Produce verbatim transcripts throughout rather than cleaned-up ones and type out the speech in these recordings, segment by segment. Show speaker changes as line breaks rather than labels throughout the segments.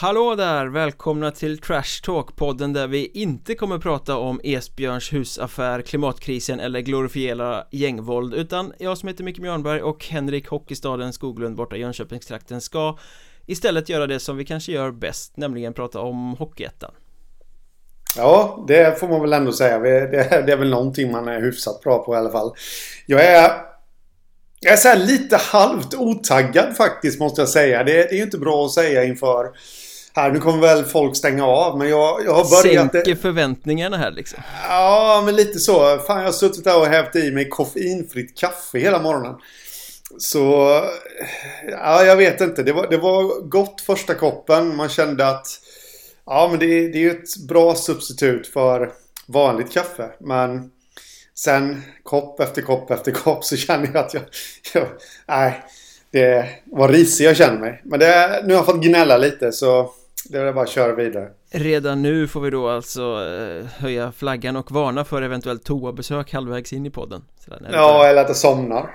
Hallå där, välkomna till Trash Talk-podden där vi inte kommer prata om Esbjörns husaffär, klimatkrisen eller glorifiera gängvåld, utan jag som heter Micke Mjörnberg och Henrik Hockeystaden Skoglund borta i Jönköpingstrakten ska istället göra det som vi kanske gör bäst, nämligen prata om Hockeyettan.
Ja, det får man väl ändå säga. Det är väl någonting man är hyfsat bra på i alla fall. Jag är, jag är så här lite halvt otaggad faktiskt, måste jag säga. Det, det är ju inte bra att säga inför här. Nu kommer väl folk stänga av, men jag, jag har börjat...
Sänker förväntningarna här liksom.
Ja, men lite så. Fan, jag har suttit där och hävt i mig koffeinfritt kaffe hela morgonen. Så, ja, jag vet inte. Det var, det var gott första koppen. Man kände att ja, men det, det är ju ett bra substitut för vanligt kaffe. Men sen kopp efter kopp efter kopp så känner jag att jag... jag nej, det var risig jag känner mig. Men det, nu har jag fått gnälla lite, så det är bara att köra vidare.
Redan nu får vi då alltså eh, höja flaggan och varna för eventuellt toabesök halvvägs in i podden.
Ja, eller att jag somnar.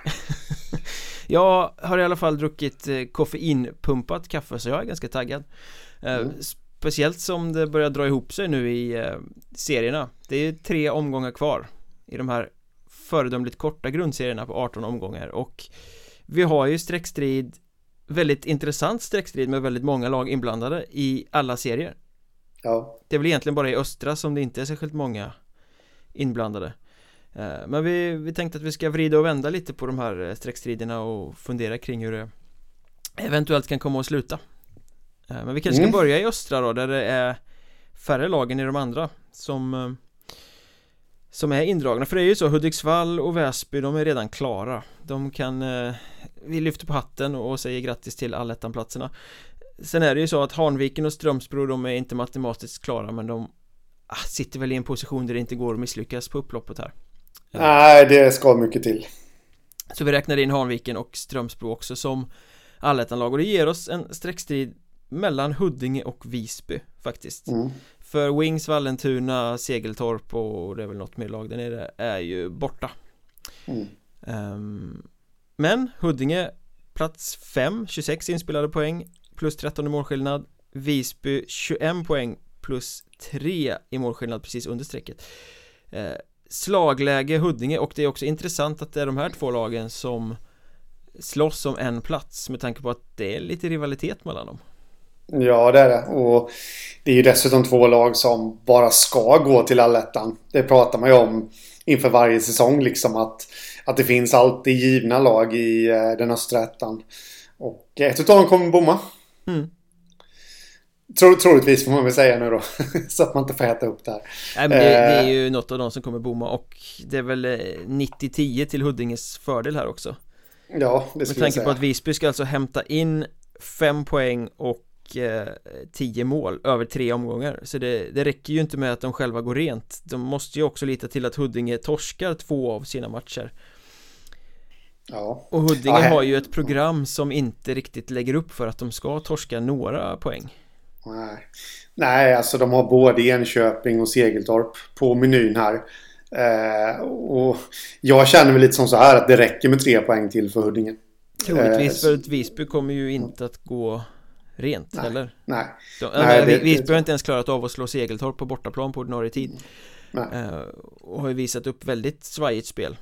Jag har i alla fall druckit eh, koffeinpumpat kaffe, så jag är ganska taggad. Eh, mm. Speciellt som det börjar dra ihop sig nu i eh, serierna. Det är tre omgångar kvar i de här föredömligt korta grundserierna på arton omgångar. Och vi har ju streckstrid, väldigt intressant streckstrid med väldigt många lag inblandade i alla serier.
Ja.
Det är väl egentligen bara i östra som det inte är särskilt många inblandade. eh, Men vi, vi tänkte att vi ska vrida och vända lite på de här streckstriderna och fundera kring hur det eventuellt kan komma att sluta. Men vi kanske ska
mm.
börja i östra då, där det är färre lagen i de andra som, som är indragna. För det är ju så, Hudiksvall och Väsby, de är redan klara. De kan, vi lyfter på hatten och säger grattis till allettanplatserna. Sen är det ju så att Hanviken och Strömsbro, de är inte matematiskt klara, men de ah, sitter väl i en position där det inte går att misslyckas på upploppet här.
Nej, det ska mycket till.
Så vi räknar in Hanviken och Strömsbro också som allettanlag, och det ger oss en streckstrid mellan Huddinge och Visby faktiskt. Mm. För Wings, Vallentuna, Segeltorp och det är väl något mer lag där nere är ju borta. Mm. Um, men Huddinge plats fem, tjugosex inspelade poäng plus tretton i målskillnad. Visby tjugoett poäng plus tre i målskillnad precis under strecket. Uh, slagläge Huddinge, och det är också intressant att det är de här två lagen som slåss om en plats med tanke på att det är lite rivalitet mellan dem.
Ja, det är det. Och det är ju dessutom två lag som bara ska gå till allettan. Det pratar man ju om inför varje säsong, liksom att, att det finns alltid givna lag i eh, den östra ettan. Och ett utav dem kommer bomma. Mm. Tro, troligtvis får man väl säga nu då. Så att man inte får äta upp det här.
Nej, men det, det är ju något av dem som kommer bomma. Och det är väl nittio tio till Huddinges fördel här också.
Ja, det skulle jag säga.
Med tanke på att Visby ska alltså hämta in fem poäng och tio mål över tre omgångar. Så det, det räcker ju inte med att de själva går rent. De måste ju också lita till att Huddinge torskar två av sina matcher.
Ja.
Och Huddinge
ja,
har ju ett program som inte riktigt lägger upp för att de ska torska några poäng.
Nej, Nej alltså de har både Enköping och Segeltorp på menyn här. Eh, och jag känner väl lite som så här att det räcker med tre poäng till för Huddinge.
Troligtvis, eh, för att Visby kommer ju inte att gå rent,
nej,
eller?
Nej,
De,
nej
det, Visby har inte ens klarat av att slå Segeltorp på bortaplan på ordinarie tid. Uh, och har ju visat upp väldigt svajigt spel.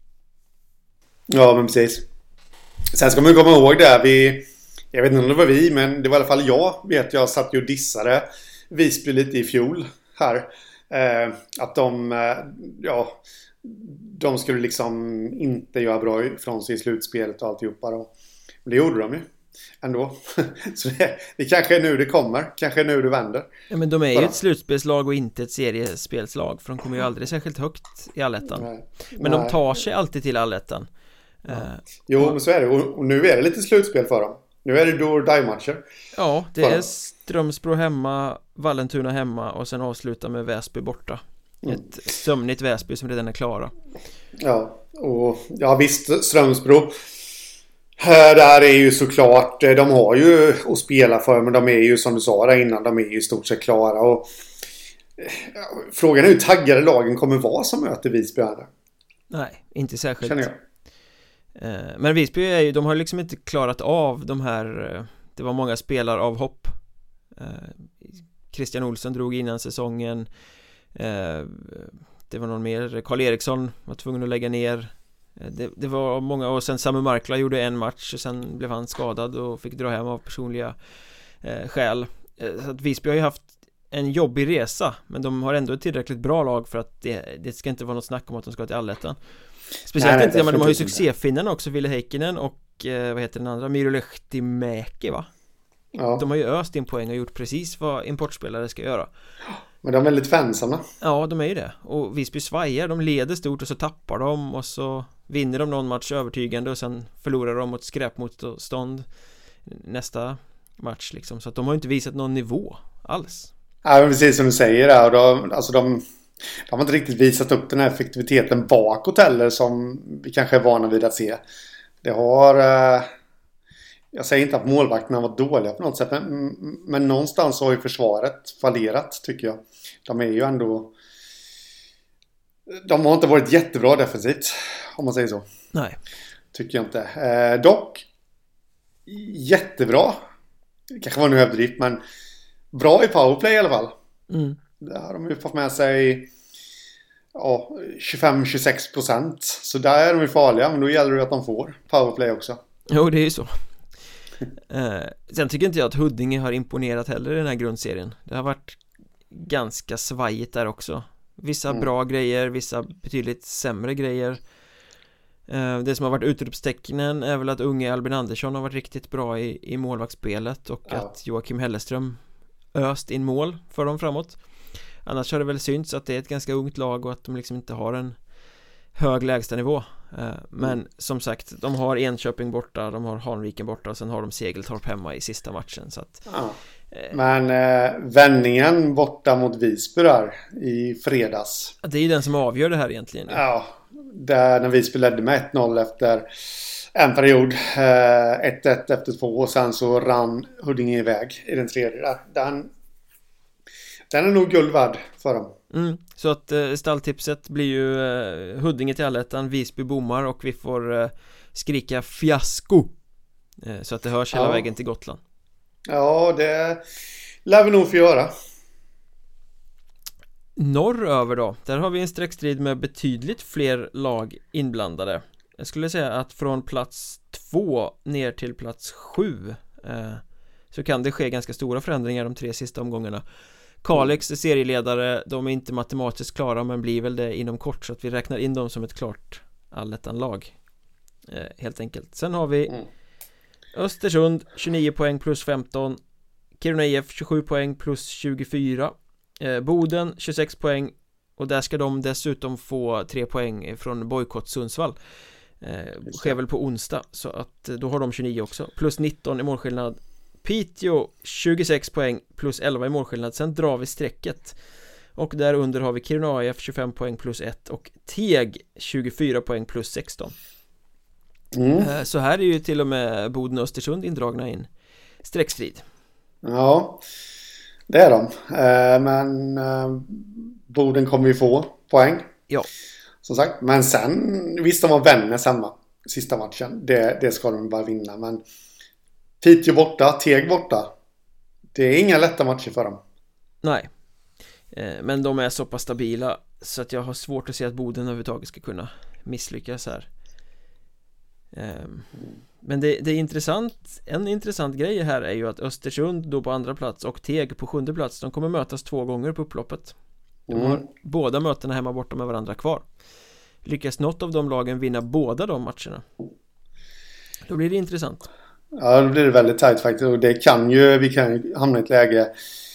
Ja, men precis. Sen ska man komma ihåg det, vi, jag vet inte om det var vi, men det var i alla fall jag, vet jag, satt ju och dissade Visby lite i fjol här. Uh, att de, uh, ja, de skulle liksom inte göra bra ifrån sig i slutspelet och alltihopa då. Men det gjorde de ju ändå. Så det, det kanske är nu det kommer. Kanske är nu det vänder.
Ja, men de är ju Bara. ett slutspelslag och inte ett seriespelslag. För de kommer ju aldrig särskilt högt i allettan. Nej. Men Nej. de tar sig alltid till allettan.
Ja. Uh, jo, men så är det. Och, och nu är det lite slutspel för dem. Nu är det då die-matcher.
Ja, det är Strömsbro hemma, Vallentuna hemma och sen avsluta med Väsby borta. Mm. Ett sömnigt Väsby som redan är klara.
Ja, och ja visst, Strömsbro där är ju såklart, de har ju att spela för, men de är ju som du sa där innan, de är ju i stort sett klara. Och ja, frågan är hur taggade lagen kommer vara som möter Visby här.
Nej, inte särskilt.
Känner jag.
Men Visby är ju, de har liksom inte klarat av de här, det var många spelar av hopp eh, Christian Olsson drog innan säsongen, eh, det var någon mer, Karl Eriksson var tvungen att lägga ner. Det, det var många, och sen Samu Markla gjorde en match och sen blev han skadad och fick dra hem av personliga eh, skäl. Så att Visby har ju haft en jobbig resa, men de har ändå ett tillräckligt bra lag för att det, det ska inte vara något snack om att de ska till Allettan. Speciellt nej, inte, men de har ju succéfinnarna också, Ville Heikkinen och eh, vad heter den andra, Miro Lehtimäki, va? Ja. De har ju öst in poäng och gjort precis vad importspelare ska göra.
Men de är väldigt fansamma.
Ja, de är ju det. Och Visby svajar, de leder stort och så tappar de och så vinner de någon match övertygande och sen förlorar de mot skräpmotstånd nästa match liksom. Så att de har inte visat någon nivå alls.
Ja, men precis som du säger där. Och de, alltså de, de har inte riktigt visat upp den här effektiviteten bakåt heller som vi kanske är vana vid att se. Det har... Eh, jag säger inte att målvakterna var dåliga på något sätt, men, men någonstans har ju försvaret fallerat, tycker jag. De är ju ändå... De har inte varit jättebra defensivt, om man säger så.
Nej.
Tycker jag inte. Eh, dock, jättebra. Det kanske var en överdrift, men bra i powerplay i alla fall.
Mm.
Där har de ju fått med sig ja, tjugofem till tjugosex procent. Så där är de ju farliga, men då gäller det att de får powerplay också.
Jo, det är ju så. eh, sen tycker inte jag att Huddinge har imponerat heller i den här grundserien. Det har varit ganska svajigt där också. Vissa mm. bra grejer, vissa betydligt sämre grejer. eh, Det som har varit utropstecknen är väl att unge Albin Andersson har varit riktigt bra i, i målvaktsspelet. Och ja. att Joakim Helleström öst in mål för dem framåt. Annars har det väl synts att det är ett ganska ungt lag och att de liksom inte har en hög lägstanivå. Men mm. som sagt, de har Enköping borta, de har Hanviken borta och sen har de Segeltorp hemma i sista matchen. Så att,
ja. eh, Men eh, vändningen borta mot Visby där i fredags.
Det är ju den som avgör det här egentligen.
Ja, där när Visby ledde med ett noll efter en period, eh, ett ett efter två och sen så rann Huddinge iväg i den tredje där. Den, den är nog guld värd för dem.
Mm, så att eh, stalltipset blir ju eh, Huddinge till Allettan, Visby bommar och vi får eh, skrika fiasko eh, så att det hörs hela ja. vägen till Gotland.
Ja, det lär vi nog få göra.
Norröver då, där har vi en streckstrid med betydligt fler lag inblandade. Jag skulle säga att från plats två ner till plats sju eh, så kan det ske ganska stora förändringar de tre sista omgångarna. Kalix är serieledare, de är inte matematiskt klara men blir väl det inom kort, så att vi räknar in dem som ett klart allettan-lag eh, helt enkelt. Sen har vi mm. Östersund tjugonio poäng plus femton, Kiruna I F tjugosju poäng plus tjugofyra, eh, Boden tjugosex poäng och där ska de dessutom få tre poäng från bojkott Sundsvall. Eh, sker väl på onsdag, så att då har de tjugonio också, plus nitton i målskillnad. Piteå tjugosex poäng plus elva i målskillnad. Sen drar vi strecket och där under har vi Kiruna I F tjugofem poäng plus ett och Teg tjugofyra poäng plus sexton. mm. Så här är ju till och med Boden och Östersund indragna in streckstrid.
Ja, det är de. Men Boden kommer ju få poäng.
Ja.
Som sagt, men sen visst, de var vänner samma sista matchen. Det, det ska de bara vinna, men Piteå borta, Teg borta. Det är inga lätta matcher för dem.
Nej, eh, men de är så pass stabila så att jag har svårt att se att Boden överhuvudtaget ska kunna misslyckas här. eh, Men det, det är intressant. En intressant grej här är ju att Östersund då på andra plats och Teg på sjunde plats, de kommer mötas två gånger på upploppet. De har mm. båda mötena hemma borta med varandra kvar. Lyckas något av de lagen vinna båda de matcherna, då blir det intressant.
Ja, då blir det väldigt tajt faktiskt. Och det kan ju, vi kan ju hamna i ett läge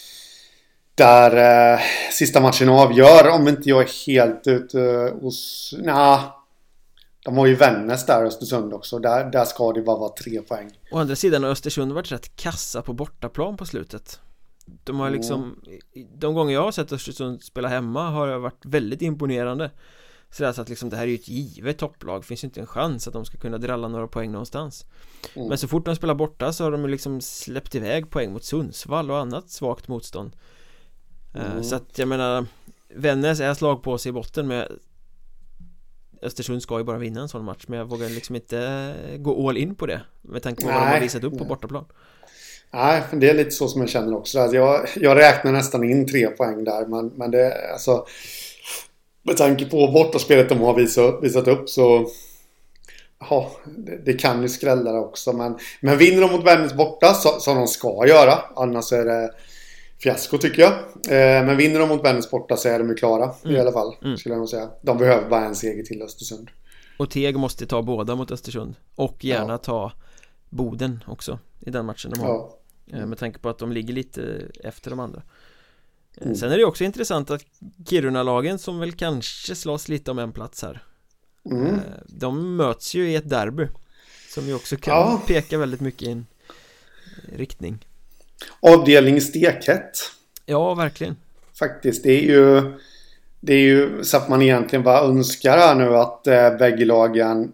där eh, sista matchen avgör, om inte jag är helt ute eh, hos... Nah, de har ju Vännäs där, Östersund också. Där, där ska det bara vara tre poäng.
Å andra sidan har Östersund varit rätt kassa på bortaplan på slutet. De har liksom... Mm. De gånger jag har sett Östersund spela hemma har det varit väldigt imponerande. Så det är så att liksom, det här är ju ett givet topplag. Det finns ju inte en chans att de ska kunna dralla några poäng någonstans. Mm. Men så fort de spelar borta så har de liksom släppt iväg poäng mot Sundsvall och annat svagt motstånd. mm. Så att jag menar, Vännäs är slag på sig i botten, med Östersund ska ju bara vinna en sån match. Men jag vågar liksom inte gå all in på det med tanke på vad de har visat upp på bortaplan.
Nej, det är lite så som jag känner också. Alltså jag, jag räknar nästan in tre poäng där. Men, men det, alltså, med tanke på bortaspelet de har visat, visat upp så... Ja, det, det kan ju skrälla det också. Men, men vinner de mot Vännäs borta, så, som de ska göra. Annars är det fiasko tycker jag. Eh, men vinner de mot Vännäs borta så är de ju klara. Mm. I alla fall, mm. skulle jag nog säga. De behöver bara en seger till Östersund.
Och Teg måste ta båda mot Östersund. Och gärna ja. ta Boden också i den matchen de har. Ja. Mm. Med tanke på att de ligger lite efter de andra. Mm. Sen är det också intressant att Kiruna-lagen som väl kanske slåss lite om en plats här. Mm. De möts ju i ett derby som ju också kan ja. peka väldigt mycket i en riktning.
Avdelning stekhet.
Ja, verkligen.
Faktiskt, det är ju det är ju så att man egentligen bara önskar här nu att äh, bägge lagen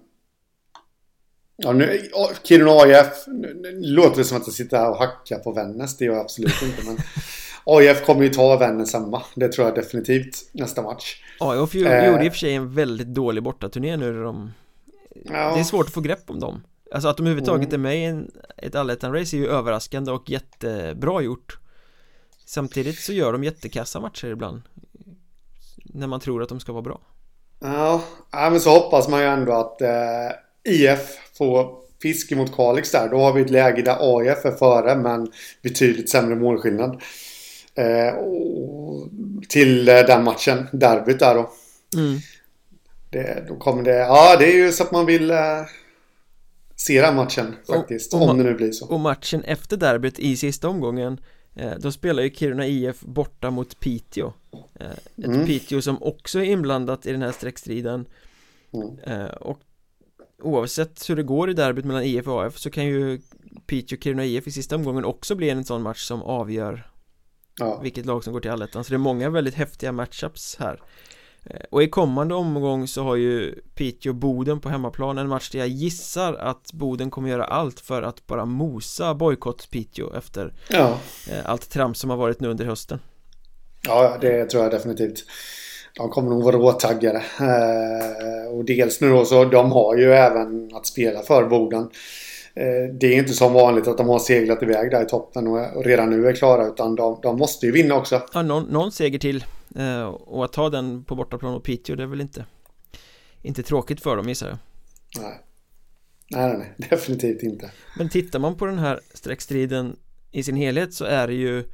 ja, nu, Kiruna A I F nu låter det som att jag sitter här och hackar på Vännäs, det gör jag absolut inte, men A I F kommer ju ta Vännäs hemma. Det tror jag definitivt nästa match.
Ja, jag gjorde eh, i och för sig en väldigt dålig bortaturné nu. De, ja. Det är svårt att få grepp om dem. Alltså att de överhuvudtaget mm. är med i en, ett allettan-race är ju överraskande och jättebra gjort. Samtidigt så gör de jättekassa matcher ibland. När man tror att de ska vara bra.
Ja, ja men så hoppas man ju ändå att eh, I F får fiske mot Kalix där. Då har vi ett läge där A I F är före men betydligt sämre målskillnad. Eh, och till eh, den matchen, derbyt där då. Mm. Det, då kommer det, ja det är ju så att man vill eh, se den matchen faktiskt, och, och om det nu blir så.
Och matchen efter derbyt i sista omgången, eh, då spelar ju Kiruna I F borta mot Piteå. Eh, ett mm. Piteå som också är inblandat i den här streckstriden. Mm. Eh, och oavsett hur det går i derbyt mellan I F och A F så kan ju Piteå och Kiruna I F i sista omgången också bli en sån match som avgör ja. vilket lag som går till allettan. Så det är många väldigt häftiga matchups här. Och i kommande omgång så har ju Piteå och Boden på hemmaplan en match där jag gissar att Boden kommer göra allt för att bara mosa bojkott Piteå efter ja. allt trams som har varit nu under hösten.
Ja, det tror jag definitivt. De kommer nog vara råtaggade. Eh, och dels nu då så de har ju även att spela för Boden. Eh, det är inte som vanligt att de har seglat iväg där i toppen och, och redan nu är klara, utan de, de måste ju vinna också.
Ja, någon, någon seger till. Eh, och att ta den på bortaplan mot Piteå, det är väl inte inte tråkigt för dem, gissar jag.
Nej. Nej, nej, nej. Definitivt inte.
Men tittar man på den här streckstriden i sin helhet så är det ju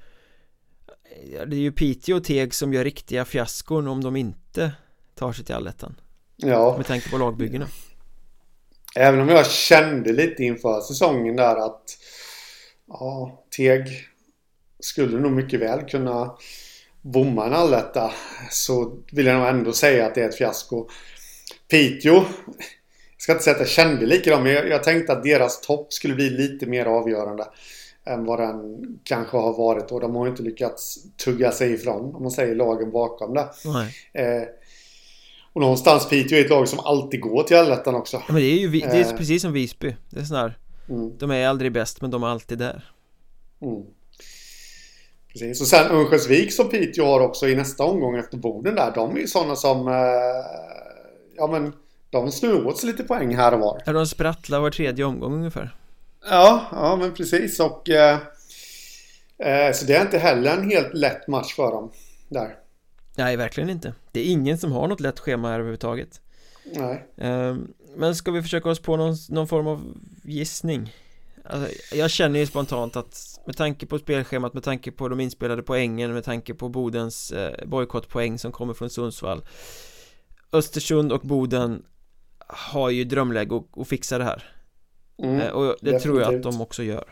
det är ju Piteå och Teg som gör riktiga fiaskon om de inte tar sig till allettan.
Ja.
Med tanke på lagbyggena.
Även om jag kände lite inför säsongen där att ja, Teg skulle nog mycket väl kunna bomma en alletta, så vill jag nog ändå säga att det är ett fiasko. Piteå, jag ska inte säga att jag kände likadant, men jag, jag tänkte att deras topp skulle bli lite mer avgörande än vad den kanske har varit, och de har inte lyckats tugga sig ifrån, om man säger, lagen bakom det. Eh, och någonstans Piteå är ett lag som alltid går till allettan också.
Ja, men det är ju det är eh, precis som Visby. Det är sån här, mm. de är aldrig bäst, men de är alltid där.
Mm. Precis. Och sen Örnsköldsvik som Piteå har också i nästa omgång efter Boden där, de är ju sådana som eh, ja men de snurrar åt sig lite poäng här och var.
Ja, de sprattlar var tredje omgång ungefär.
Ja, ja men precis. Och eh, eh, så det är inte heller en helt lätt match för dem där.
Nej, verkligen inte. Det är ingen som har något lätt schema här överhuvudtaget.
Nej.
eh, Men ska vi försöka oss på någon, någon form av gissning? Alltså, jag känner ju spontant att med tanke på spelschemat, med tanke på de inspelade poängen, med tanke på Bodens eh, bojkottpoäng som kommer från Sundsvall, Östersund och Boden har ju drömläge att, att fixa det här. Mm, och det definitivt. Tror jag att de också gör.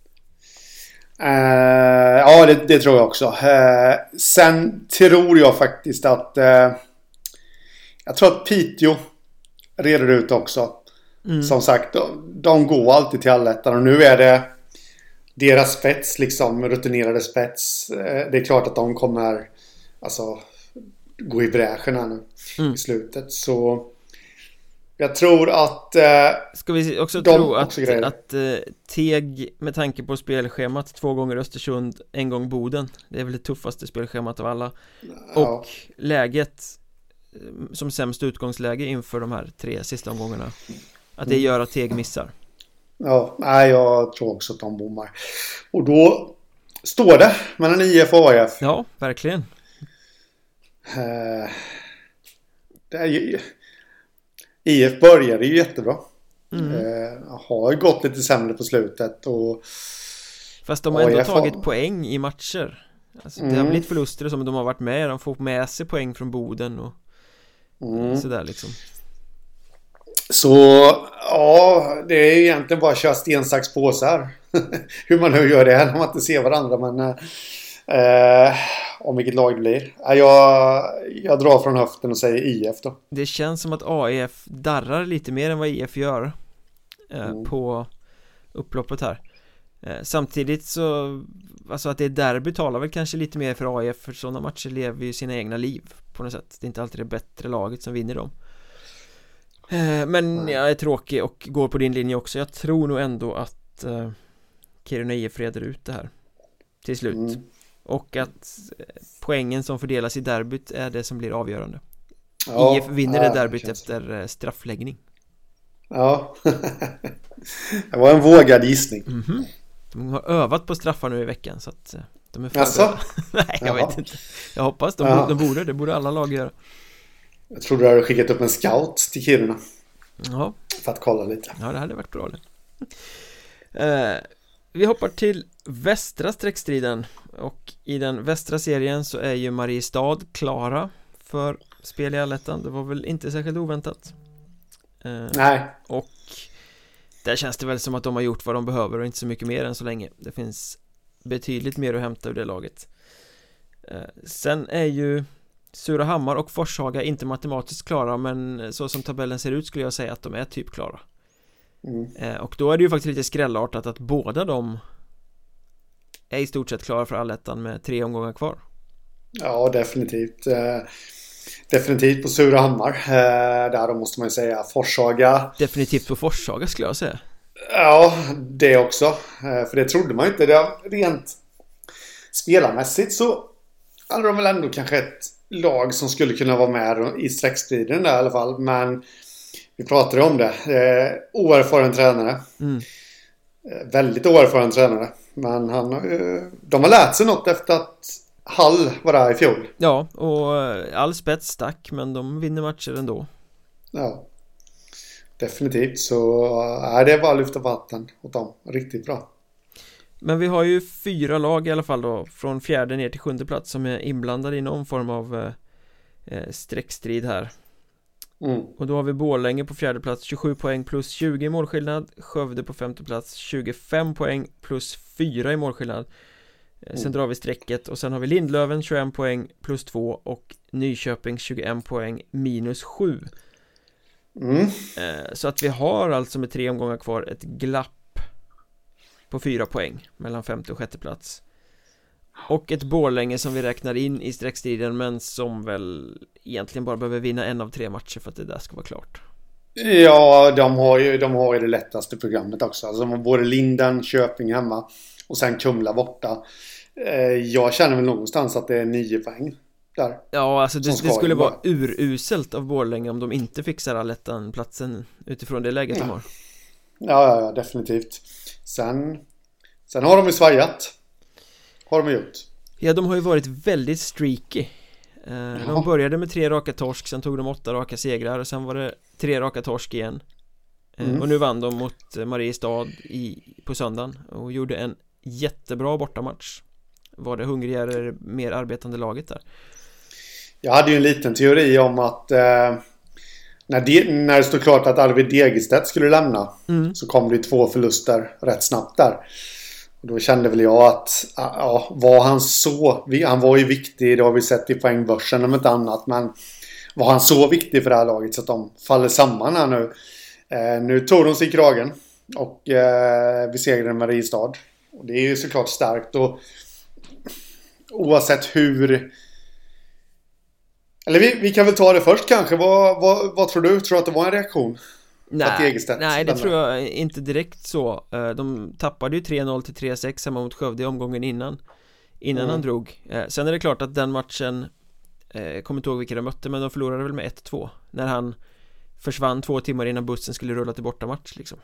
uh, Ja, det, det tror jag också. uh, Sen tror jag faktiskt att uh, jag tror att Piteå reder ut också. mm. Som sagt, de, de går alltid till allettan, och nu är det deras spets, liksom rutinerade spets. uh, Det är klart att de kommer alltså gå i bräschen här nu mm. i slutet. Så jag tror att eh,
ska vi också tro att, att eh, Teg med tanke på spelschemat, två gånger Östersund, en gång Boden, det är väl det tuffaste spelschemat av alla. Ja. Och läget eh, som sämst utgångsläge inför de här tre sista omgångarna, att det gör att Teg missar.
Ja, nej, jag tror också att de bommar. Och då står det mellan I F och A I F.
Ja, verkligen.
Uh, det är ju, I F började ju jättebra. Mm. Uh, har gått lite sämre på slutet. Och
fast de har ändå tagit har... poäng i matcher. Alltså, mm. Det har blivit förluster som de har varit med. De får med sig poäng från Boden och mm. sådär liksom. Så
ja, det är egentligen bara att köra sten, sax, påse här. Hur man nu gör det när man inte ser varandra. Men eh, om vilket lag det blir. Jag, jag drar från höften och säger I F då.
Det känns som att A I F darrar lite mer än vad I F gör eh, mm. på upploppet här. Eh, samtidigt så alltså att det är derby talar väl kanske lite mer för A I F. För sådana matcher lever ju sina egna liv på något sätt. Det är inte alltid det bättre laget som vinner dem. Men jag är tråkig och går på din linje också. Jag tror nog ändå att uh, Kiruna I F reder ut det här till slut. Mm. Och att poängen som fördelas i derbyt är det som blir avgörande. Ja, I F vinner det derbyt ja, efter straffläggning.
Ja. Det var en vågad gissning.
Mm-hmm. De har övat på straffar nu i veckan så att de är
förberedda.
Nej, jag Jaha. vet inte. Jag hoppas de, ja. de borde, det borde alla lag göra.
Jag tror du hade skickat upp en scout till Kiruna.
Ja.
För att kolla lite.
Ja, det hade varit bra det. Eh, vi hoppar till västra streckstriden. Och i den västra serien så är ju Mariestad klara för spel i Allettan. Det var väl inte särskilt oväntat. Eh,
Nej.
Och där känns det väl som att de har gjort vad de behöver och inte så mycket mer än så länge. Det finns betydligt mer att hämta ur det laget. Eh, sen är ju Surahammar och Forshaga inte matematiskt klara, men så som tabellen ser ut skulle jag säga att de är typ klara. Mm. Eh, och då är det ju faktiskt lite skrällartat att båda de är i stort sett klara för Allettan med tre omgångar kvar.
Ja, definitivt. Eh, definitivt på Surahammar. Eh, där då måste man ju säga Forshaga.
Definitivt på Forshaga skulle jag säga.
Ja, det också. Eh, för det trodde man ju inte. Det rent spelarmässigt så hade de väl ändå kanske ett lag som skulle kunna vara med i streckstriden där i alla fall. Men vi pratade om det. Eh, oerfaren tränare. Mm. Eh, väldigt oerfaren tränare. Men han, eh, de har lärt sig något efter att Hall var där i fjol.
Ja, och all spets stack, men de vinner matcher ändå.
Ja, definitivt. Så är äh, det bara att lyfta vatten åt dem. Riktigt bra.
Men vi har ju fyra lag i alla fall då, från fjärde ner till sjunde plats, som är inblandade i någon form av eh, streckstrid här. Mm. Och då har vi Borlänge på fjärde plats, tjugosju poäng plus tjugo i målskillnad. Skövde på femte plats, tjugofem poäng plus fyra i målskillnad. Mm. Sen drar vi strecket och sen har vi Lindlöven tjugoen poäng plus två och Nyköping tjugoen poäng minus sju.
Mm.
Eh, så att vi har alltså med tre omgångar kvar ett glapp på fyra poäng mellan femte och sjätte plats. Och ett Borlänge som vi räknar in i streckstriden, men som väl egentligen bara behöver vinna en av tre matcher för att det där ska vara klart.
Ja, de har ju, de har ju det lättaste programmet också. Alltså de har både Linden, Köping hemma och sen Kumla borta. Jag känner väl någonstans att det är nio poäng där.
Ja, alltså det, det skulle vara uruselt av Borlänge om de inte fixar Allettan-platsen utifrån det läget
ja.
de har.
Ja, ja, ja, definitivt. Sen, sen har de ju svajat. Har de gjort.
Ja, de har ju varit väldigt streaky. eh, ja. De började med tre raka torsk, sen tog de åtta raka segrar och sen var det tre raka torsk igen. eh, mm. Och nu vann de mot Mariestad i, på söndagen och gjorde en jättebra bortamatch. Var det hungrigare, mer arbetande laget där?
Jag hade ju en liten teori om att eh, när, det, när det stod klart att Arvid Degerstedt skulle lämna mm. så kom det två förluster rätt snabbt där. Och då kände väl jag att ja, var han så, han var ju viktig, det har vi sett i poängbörsen om inte annat, men var han så viktig för det här laget så att de faller samman här nu? Eh, nu tog de sig i kragen och eh, vi segrade med Mariestad. Och det är ju såklart starkt och oavsett hur. Eller vi, vi kan väl ta det först kanske. Vad, vad, vad tror du? Tror du att det var en reaktion?
Nej, nej det tror jag inte direkt så. De tappade ju tre noll till tre sex hemma mot Skövde i omgången innan. Innan mm. han drog. Sen är det klart att den matchen, jag kommer inte ihåg vilka de mötte, men de förlorade väl med ett två. När han försvann två timmar innan bussen skulle rulla till bortamatch liksom.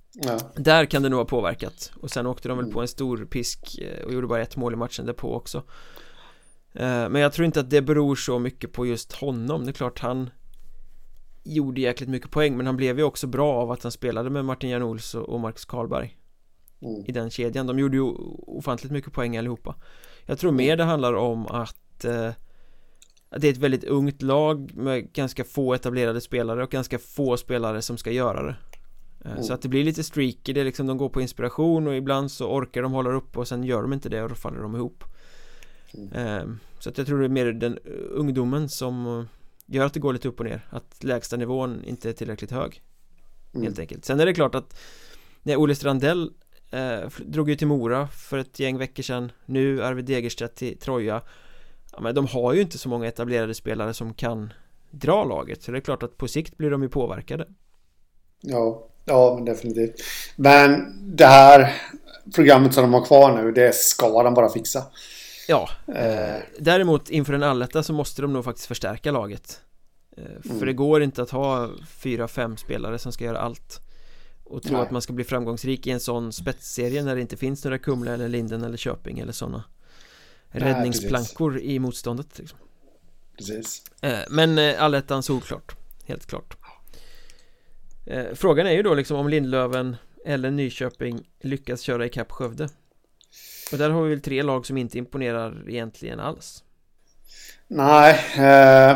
Ja.
Där kan det nog ha påverkat. Och sen åkte de väl
Mm.
på en stor pisk och gjorde bara ett mål i matchen därpå också. Men jag tror inte att det beror så mycket på just honom. Det är klart han gjorde jäkligt mycket poäng, men han blev ju också bra av att han spelade med Martin Jan-Ols och Marcus Karlberg
Mm.
i den kedjan. De gjorde ju ofantligt mycket poäng allihopa. Jag tror mer det handlar om att, eh, att det är ett väldigt ungt lag med ganska få etablerade spelare och ganska få spelare som ska göra det. eh,
Mm.
Så att det blir lite streaky. Det är liksom, de går på inspiration och ibland så orkar de hålla upp och sen gör de inte det och då faller de ihop.
Mm.
eh, Så att jag tror det är mer den ungdomen som gör att det går lite upp och ner, att lägsta nivån inte är tillräckligt hög.
Mm.
Helt enkelt. Sen är det klart att när Olle Strandell eh, drog ju till Mora för ett gäng veckor sedan, nu Arvid Degerstedt till Troja, ja, men de har ju inte så många etablerade spelare som kan dra laget, så det är klart att på sikt blir de ju påverkade.
Ja, ja men definitivt. Men det här programmet som de har kvar nu, det ska de bara fixa.
Ja, eh, däremot inför en alletta så måste de nog faktiskt förstärka laget. eh, För
Mm.
det går inte att ha fyra, fem spelare som ska göra allt och tro
Nej.
att man ska bli framgångsrik i en sån spetsserie när det inte finns några Kumla eller Linden eller Köping eller såna räddningsplankor i motståndet liksom.
Precis.
eh, Men eh, allettan solklart, helt klart. eh, Frågan är ju då liksom om Lindlöven eller Nyköping lyckas köra ikapp Skövde. Och där har vi väl tre lag som inte imponerar egentligen alls.
Nej, eh,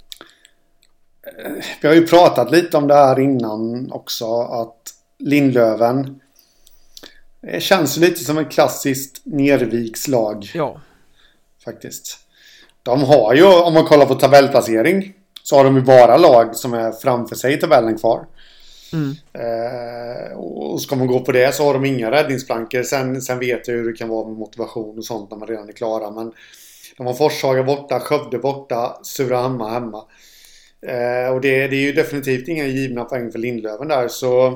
vi har ju pratat lite om det här innan också, att Lindlöven det känns ju lite som ett klassiskt nervikslag
Ja,
faktiskt. De har ju, om man kollar på tabellplacering, så har de ju bara lag som är framför sig i tabellen kvar.
mm.
Eh, och ska man gå på det så har de inga räddningsplankor. Sen, sen vet jag hur det kan vara med motivation och sånt när man redan är klara. Men de har Forshaga borta, Skövde borta, Surahammar hemma. Eh, och det, det är ju definitivt inga givna poäng för Lindlöven där. Så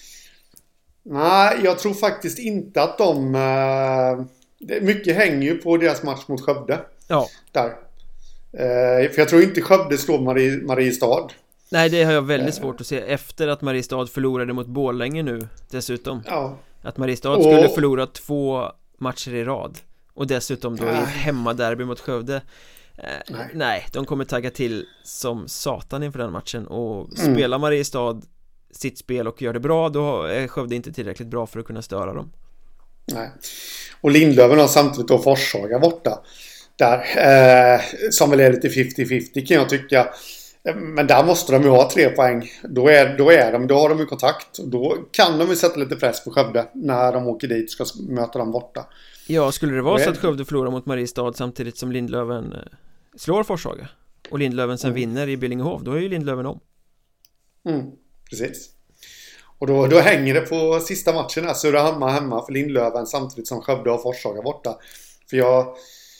nej, jag tror faktiskt inte att de... Eh, det, mycket hänger ju på deras match mot Skövde.
Ja.
Där. Eh, för jag tror inte Skövde slår Marie, Mariestad.
Nej, det har jag väldigt svårt att se efter att Mariestad förlorade mot Borlänge nu dessutom.
Ja.
Att Mariestad
Och-
skulle förlora två matcher i rad och dessutom då i
Nej.
ett hemmaderby mot Skövde. eh,
Nej.
nej. de kommer tagga till som satan inför den matchen. Och
Mm.
spelar Mariestad sitt spel och gör det bra, då är Skövde inte tillräckligt bra för att kunna störa dem.
Nej. Och Lindlöven har samtidigt då Forshaga borta. Där. Eh, som väl är lite femtio femtio kan jag tycka. Men där måste de ju ha tre poäng. Då är, då är de, då har de ju kontakt. Och då kan de ju sätta lite press på Skövde när de åker dit och ska möta dem borta.
Ja, skulle det vara
Och
så
är-
att Skövde förlorar mot Mariestad samtidigt som Lindlöven eh, slår Forshaga och Lindlöven sen
Mm.
vinner i Billingehov, då är ju Lindlöven om.
Mm, precis. Och då, då hänger det på sista matchen här. Surahammar hemma för Lindlöven samtidigt som Skövde och Forshaga borta. För jag...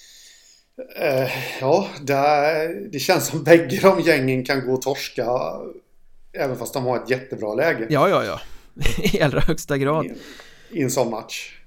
Eh, ja, det, det känns som bägge de gängen kan gå och torska även fast de har ett jättebra läge.
Ja, ja, ja. I allra högsta grad.
I, i en sån match.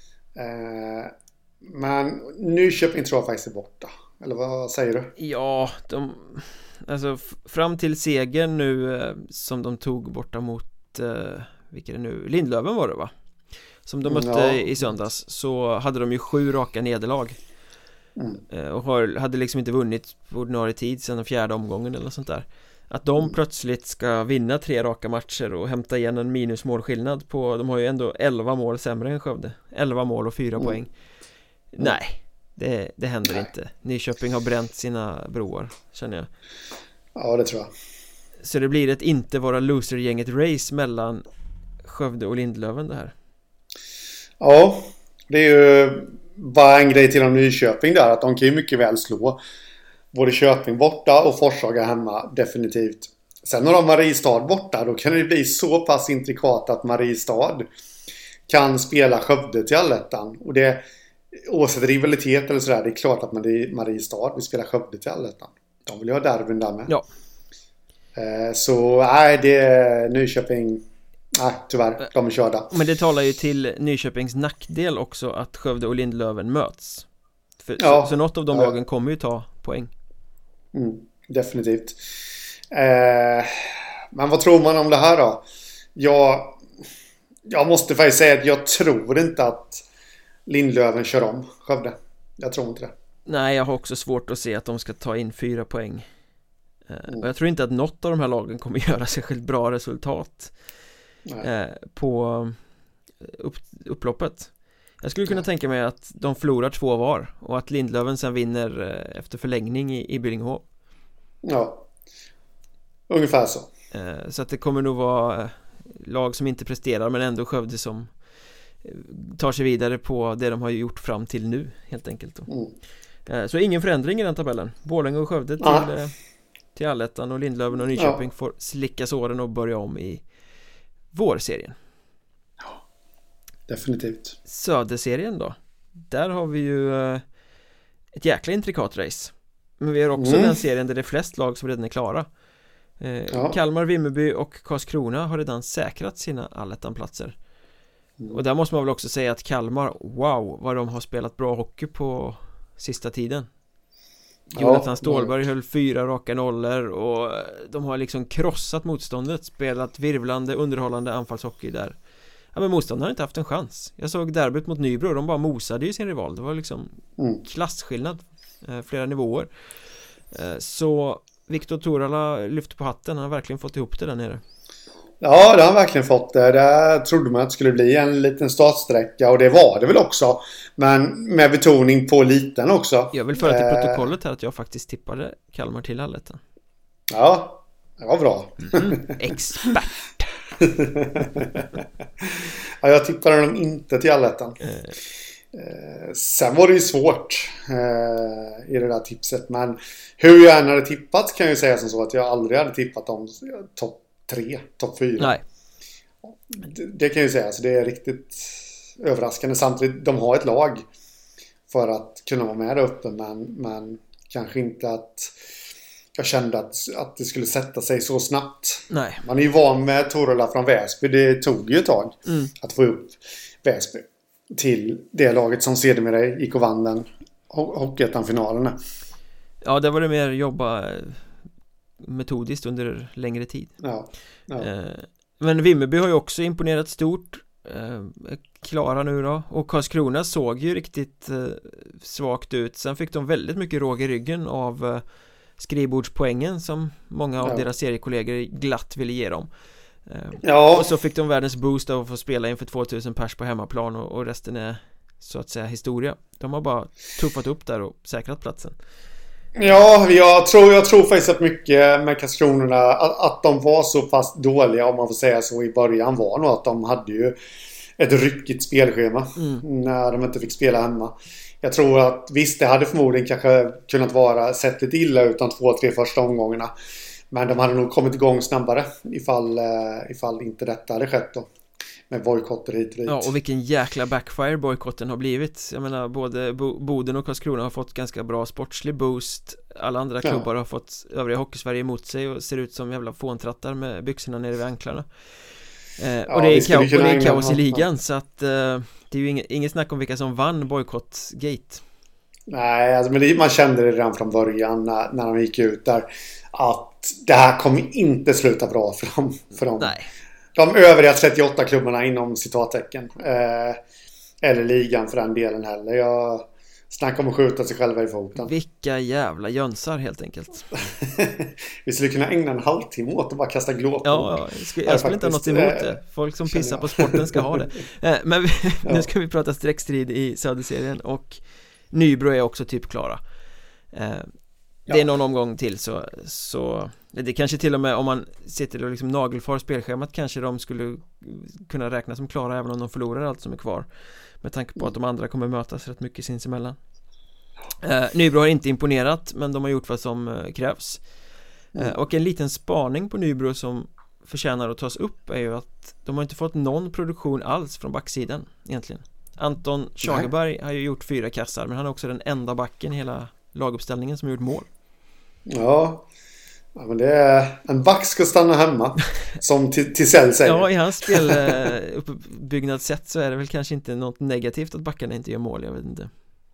Eh, men Nyköping tror jag faktiskt är borta. Eller vad säger du?
Ja, de... Alltså, f- fram till segern nu eh, som de tog borta mot... Eh, vilka är det nu? Lindlöven var det, va? Som de mötte
Ja.
i söndags, så hade de ju sju raka nederlag.
Mm.
Eh, och har, hade liksom inte vunnit på ordinarie tid sedan den fjärde omgången eller sånt där. Att de
Mm.
plötsligt ska vinna tre raka matcher och hämta igen en minusmålskillnad på... De har ju ändå elva mål sämre än Skövde. elva mål och fyra
Mm.
poäng. Nej, det, det händer
Nej.
inte. Nyköping har bränt sina broar, känner jag.
Ja, det tror jag.
Så det blir ett inte vara loser-gänget race mellan Skövde och Lindlöven det här.
Ja, det är ju bara en grej till om Nyköping där. Att de kan ju mycket väl slå både Köping borta och Forshaga hemma, definitivt. Sen har de Mariestad borta, då kan det bli så pass intrikat att Mariestad kan spela Skövde till allettan. Och det, oavsett rivalitet eller sådär, det är klart att Mariestad vill spela Skövde till allettan. De vill ju ha derbyn där med.
Ja.
Eh, så nej, det är Nyköping... Nej, tyvärr, de är körda.
Men det talar ju till Nyköpings nackdel också att Skövde och Lindlöven möts. För,
Ja.
så, så något av de
Ja.
lagen kommer ju ta poäng.
Mm, definitivt. Eh, men vad tror man om det här då? Jag, Jag måste faktiskt säga att jag tror inte att Lindlöven kör om Skövde. Jag tror inte det.
Nej, jag har också svårt att se att de ska ta in fyra poäng.
Mm.
Och jag tror inte att något av de här lagen kommer göra särskilt bra resultat eh, på upp, upploppet. Jag skulle kunna Nej. tänka mig att de förlorar två var och att Lindlöven sen vinner eh, efter förlängning i, i Billingehov.
Ja, ungefär så.
Eh, så att det kommer nog vara eh, lag som inte presterar men ändå Skövde som eh, tar sig vidare på det de har gjort fram till nu helt enkelt.
Mm.
Eh, så ingen förändring i den tabellen. Borlänge och Skövde till... Eh, till Allettan och Lindlöven och Nyköping ja. får slicka såren och börja om i vårserien.
Ja, definitivt.
Söderserien då? Där har vi ju eh, ett jäkla intrikat race. Men vi har också
mm.
den serien där det är flest lag som redan är klara. Eh, ja. Kalmar, Vimmerby och Karlskrona har redan säkrat sina Allettan-platser. Mm. Och där måste man väl också säga att Kalmar, wow, vad de har spelat bra hockey på sista tiden. Jonathan Stålberg höll fyra raka nollor och de har liksom krossat motståndet, spelat virvlande, underhållande anfallshockey där. Ja, men motståndarna har inte haft en chans. Jag såg derbyt mot Nybro, de bara mosade ju sin rival. Det var liksom mm. klassskillnad, eh, flera nivåer. Eh, så Viktor Torala lyfter på hatten, han har verkligen fått ihop det där nere.
Ja, det har han verkligen fått. Där trodde man att det skulle bli en liten startsträcka och det var det väl också. Men med betoning på liten också.
Jag vill föra till eh... protokollet här att jag faktiskt tippade Kalmar till Allettan.
Ja, det var bra.
Mm, expert.
Ja, jag tippade dem inte till Allettan. Eh. Eh, sen var det ju svårt eh, i det där tipset. Men hur jag än hade tippat kan jag ju säga som så att jag aldrig hade tippat dem topp tre, topp fyra.
Nej.
Det, det kan jag ju säga, så det är riktigt överraskande. Samtidigt, de har ett lag för att kunna vara med där uppe, men, men kanske inte att jag kände att, att det skulle sätta sig så snabbt.
Nej.
Man är ju van med Torala från Väsby. Det tog ju ett tag
mm.
att få upp Väsby till det laget som sedermera gick och vann den Hockeyettan-finalerna.
Ja, det var det mer jobba metodiskt under längre tid.
Ja, ja.
Eh, men Vimmerby har ju också imponerat stort. Eh, klara nu då. Och Karlskrona såg ju riktigt eh, svagt ut. Sen fick de väldigt mycket råg i ryggen av eh, skrivbordspoängen som många av ja. deras seriekollegor glatt ville ge dem. Eh,
ja.
Och så fick de världens boost av att få spela inför tvåtusen pers på hemmaplan och, och resten är så att säga historia. De har bara tuffat upp där och säkrat platsen.
Ja, jag tror, jag tror faktiskt att mycket med Karlskrona att, att de var så pass dåliga, om man får säga så, i början var nog att de hade ju ett ryckigt spelschema mm. när de inte fick spela hemma. Jag tror att visst, det hade förmodligen kanske kunnat vara sett lite illa utan två, tre första omgångarna. Men de hade nog kommit igång snabbare ifall, ifall inte detta hade skett då. Med bojkotter hit och dit.
Ja, och vilken jäkla backfire bojkotten har blivit. Jag menar, både Boden och Karlskrona har fått ganska bra sportslig boost. Alla andra klubbar ja. har fått övriga hockeysverige emot sig och ser ut som jävla fåntrattar med byxorna nere vid anklarna. Eh, ja, och det är, ka- och det är kaos i ligan, ja. Så att eh, det är ju inget, inget snack om vilka som vann bojkottgate.
Nej, alltså, men det, man kände det redan från början när, när de gick ut där att det här kommer inte sluta bra för dem. För dem.
Nej.
De övriga trettioåtta klubbarna inom citattecken. Eh, eller ligan för den delen heller. Jag snackar om att skjuta sig själva i foten.
Vilka jävla jönsar helt enkelt.
Vi skulle kunna ägna en halvtimme åt att bara kasta glåpor.
Ja, jag skulle, jag skulle inte ha något emot det. Folk som pissar på sporten ska ha det. Eh, men vi, ja. nu ska vi prata streckstrid i Söderserien. Och Nybro är också typ klara. Eh, Det är ja. någon omgång till så, så det kanske till och med om man sitter och liksom nagelfar spelschemat kanske de skulle kunna räkna som klara även om de förlorar allt som är kvar med tanke på att de andra kommer mötas rätt mycket sinsemellan. eh, Nybro har inte imponerat men de har gjort vad som eh, krävs eh, och en liten spaning på Nybro som förtjänar att tas upp är ju att de har inte fått någon produktion alls från backsidan egentligen. Anton Schagerberg har ju gjort fyra kassar men han är också den enda backen i hela laguppställningen som har gjort mål.
Ja, ja men det är en back ska stanna hemma som Tisell säger.
Ja, i hans speluppbyggnadssätt så är det väl kanske inte något negativt att backarna inte gör mål, jag vet inte.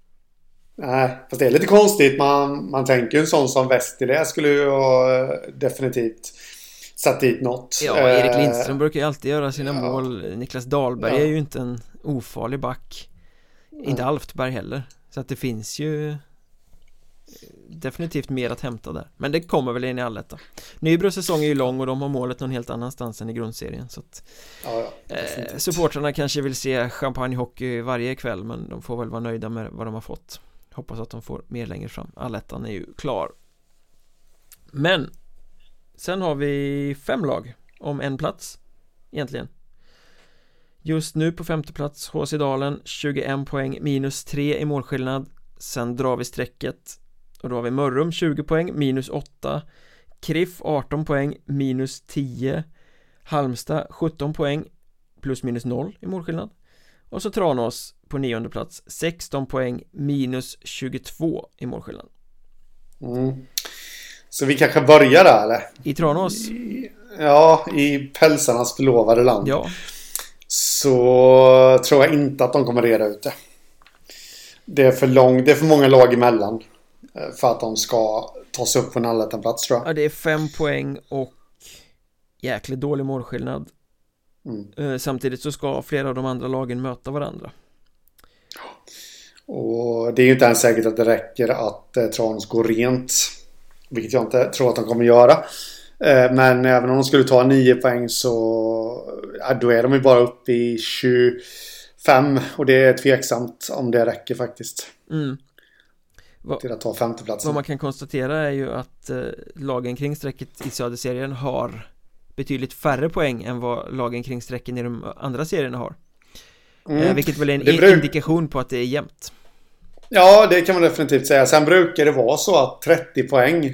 Nej, fast det är lite konstigt. Man, man tänker en sån som Westerle skulle ju definitivt satt dit något.
Ja, Erik Lindström uh, brukar ju alltid göra sina ja. mål. Niklas Dahlberg ja. är ju inte en ofarlig back. Mm. Inte Alftberg heller. Så att det finns ju definitivt mer att hämta där. Men det kommer väl in i Allettan. Nybros säsong är ju lång och de har målet någon helt annanstans än i grundserien. Så att
ja, ja,
eh, supportrarna kanske vill se champagnehockey varje kväll, men de får väl vara nöjda med vad de har fått. Hoppas att de får mer längre fram. Allettan är ju klar. Men sen har vi fem lag om en plats egentligen. Just nu på femte plats H C Dalen, tjugoen poäng, minus tre i målskillnad. Sen drar vi strecket och då har vi Mörrum tjugo poäng, minus åtta. Kriff arton poäng, minus tio. Halmstad sjutton poäng, plus minus noll i målskillnad. Och så Tranås på nionde plats, sexton poäng, minus tjugotvå i målskillnad.
Mm. Så vi kanske börjar där, eller?
I Tranås?
I, ja, i pälsarnas förlovade land.
Ja.
Så tror jag inte att de kommer reda ut det. Det är för lång, det är för många lag emellan för att de ska ta sig upp på en allettan-plats, tror jag.
Ja, det är fem poäng och jäkligt dålig målskillnad. Mm. Samtidigt så ska flera av de andra lagen möta varandra.
Och det är ju inte ens säkert att det räcker att eh, Tranås går rent, vilket jag inte tror att de kommer göra. Eh, men även om de skulle ta nio poäng så ja, då är de ju bara uppe i tjugofem, och det är tveksamt om det räcker faktiskt. Mm. Va- till att ta femteplatsen.
Vad man kan konstatera är ju att eh, lagen kring strecket i söderserien har betydligt färre poäng än vad lagen kring strecken i de andra serierna har. Mm. Eh, vilket väl är en bruk- indikation på att det är jämnt.
Ja, det kan man definitivt säga. Sen brukar det vara så att trettio poäng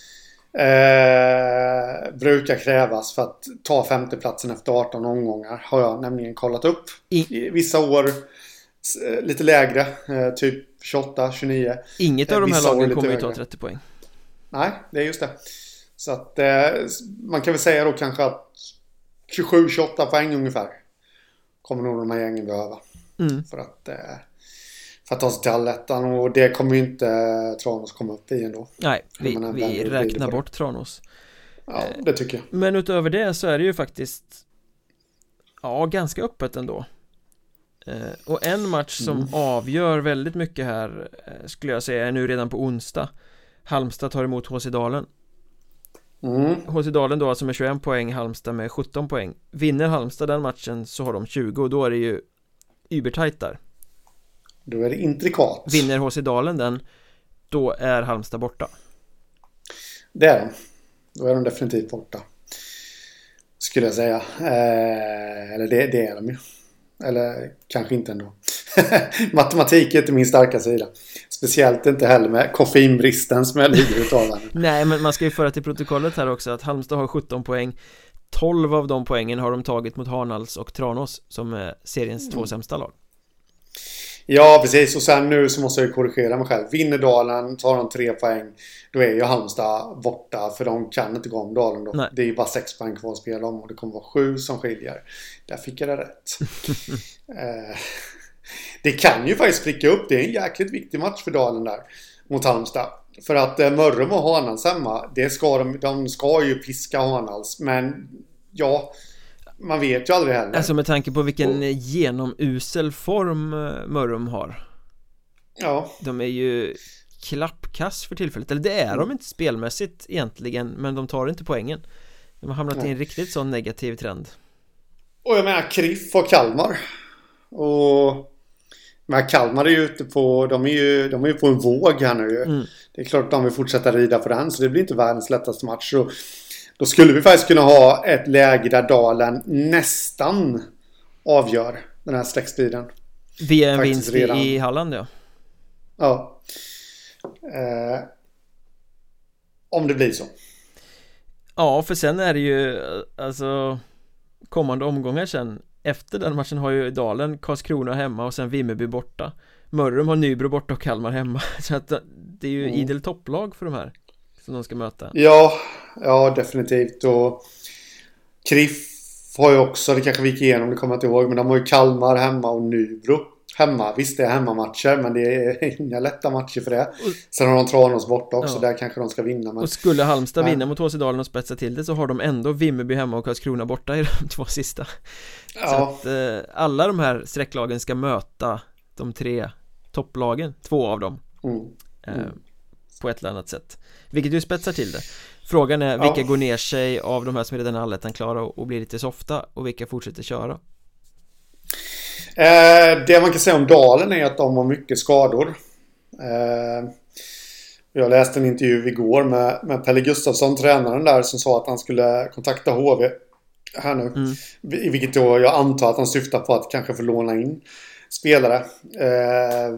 eh, brukar krävas för att ta femteplatsen efter arton omgångar. Har jag nämligen kollat upp. I, I vissa år eh, lite lägre, eh, typ tjugoåtta, tjugonio.
Inget av de här lagen kommer ju ta trettio poäng.
Nej, det är just det. Så att eh, man kan väl säga då kanske att tjugosju tjugoåtta poäng ungefär kommer nog de här gängen behöva. Mm. För att eh, för att ta sig till allettan, och det kommer ju inte eh, Tranås komma upp i ändå.
Nej, vi, vi räknar bort Tranås.
Ja, det tycker jag.
Men utöver det så är det ju faktiskt ja, ganska öppet ändå. Eh, och en match som mm. avgör väldigt mycket här eh, skulle jag säga är nu redan på onsdag. Halmstad tar emot H C Dalen. Mm. H C Dalen då alltså med tjugoen poäng, Halmstad med sjutton poäng. Vinner Halmstad den matchen så har de tjugo, och då är det ju übertajt där.
Då är det intrikat.
Vinner H C Dalen den, då är Halmstad borta.
Det är de. Då är de definitivt borta, skulle jag säga. Eh, eller det, det är de ju. Eller kanske inte ändå. Matematik är inte min starka sida. Speciellt inte heller med koffeinbristen som jag lider utav den.
Nej, men man ska ju föra till protokollet här också att Halmstad har sjutton poäng. tolv av de poängen har de tagit mot Hanals och Tranås, som är seriens mm. två sämsta lag.
Ja, precis. Och sen nu så måste jag korrigera mig själv. Vinner Dalen, tar de tre poäng, då är ju Halmstad borta, för de kan inte gå om Dalen då. Nej. Det är ju bara sex poäng kvar att spela om, och det kommer vara sju som skiljer. Där fick jag det rätt. eh, det kan ju faktiskt spricka upp. Det är en jäkligt viktig match för Dalen där mot Halmstad. För att eh, Mörrum och Hanals hemma, det ska de, de ska ju piska Hanals. Men ja, man vet ju aldrig heller.
Alltså med tanke på vilken och, genomusel form Mörrum har.
Ja.
De är ju klappkass för tillfället. Eller det är de inte spelmässigt egentligen, men de tar inte poängen. De har hamnat ja. i en riktigt sån negativ trend.
Och jag menar Kriff och Kalmar. Och men Kalmar är ju ute på, de är ju, de är ju på en våg här nu. Mm. Det är klart att de vill fortsätta rida på den, så det blir inte världens lättaste match. Så då skulle vi faktiskt kunna ha ett läge där Dalen nästan avgör den här streckstriden.
Via en vinst redan i Halland, ja.
Ja. Eh, om det blir så.
Ja, för sen är det ju alltså kommande omgångar sen. Efter den matchen har ju Dalen Karlskrona hemma och sen Vimmerby borta. Mörrum har Nybro borta och Kalmar hemma. Så att det är ju mm. idel topplag för de här som de ska möta.
Ja, ja definitivt. Och Kriff har ju också, det kanske vi gick igenom, det kommer jag inte ihåg, men de har ju Kalmar hemma och Nybro hemma. Visst, det är hemmamatcher, men det är inga lätta matcher för det. Sen har de Tranås borta också, ja. Där kanske de ska vinna. Men...
Och skulle Halmstad men... vinna mot H C Dalen och spetsa till det, så har de ändå Vimmerby hemma och Karlskrona borta i de två sista. Ja. Så att eh, alla de här sträcklagen ska möta de tre topplagen, två av dem. Mm. Mm. Eh, på ett eller annat sätt. Vilket ju spetsar till det. Frågan är vilka ja. går ner sig av de här som redan är allettan klara och blir lite softa, och vilka fortsätter köra.
Eh, det man kan säga om Dalen är att de har mycket skador. Eh, jag läste en intervju igår med, med Pelle Gustafsson, tränaren där, som sa att han skulle kontakta H V här nu. Mm. Vilket då jag antar att han syftar på att kanske få låna in spelare. Eh,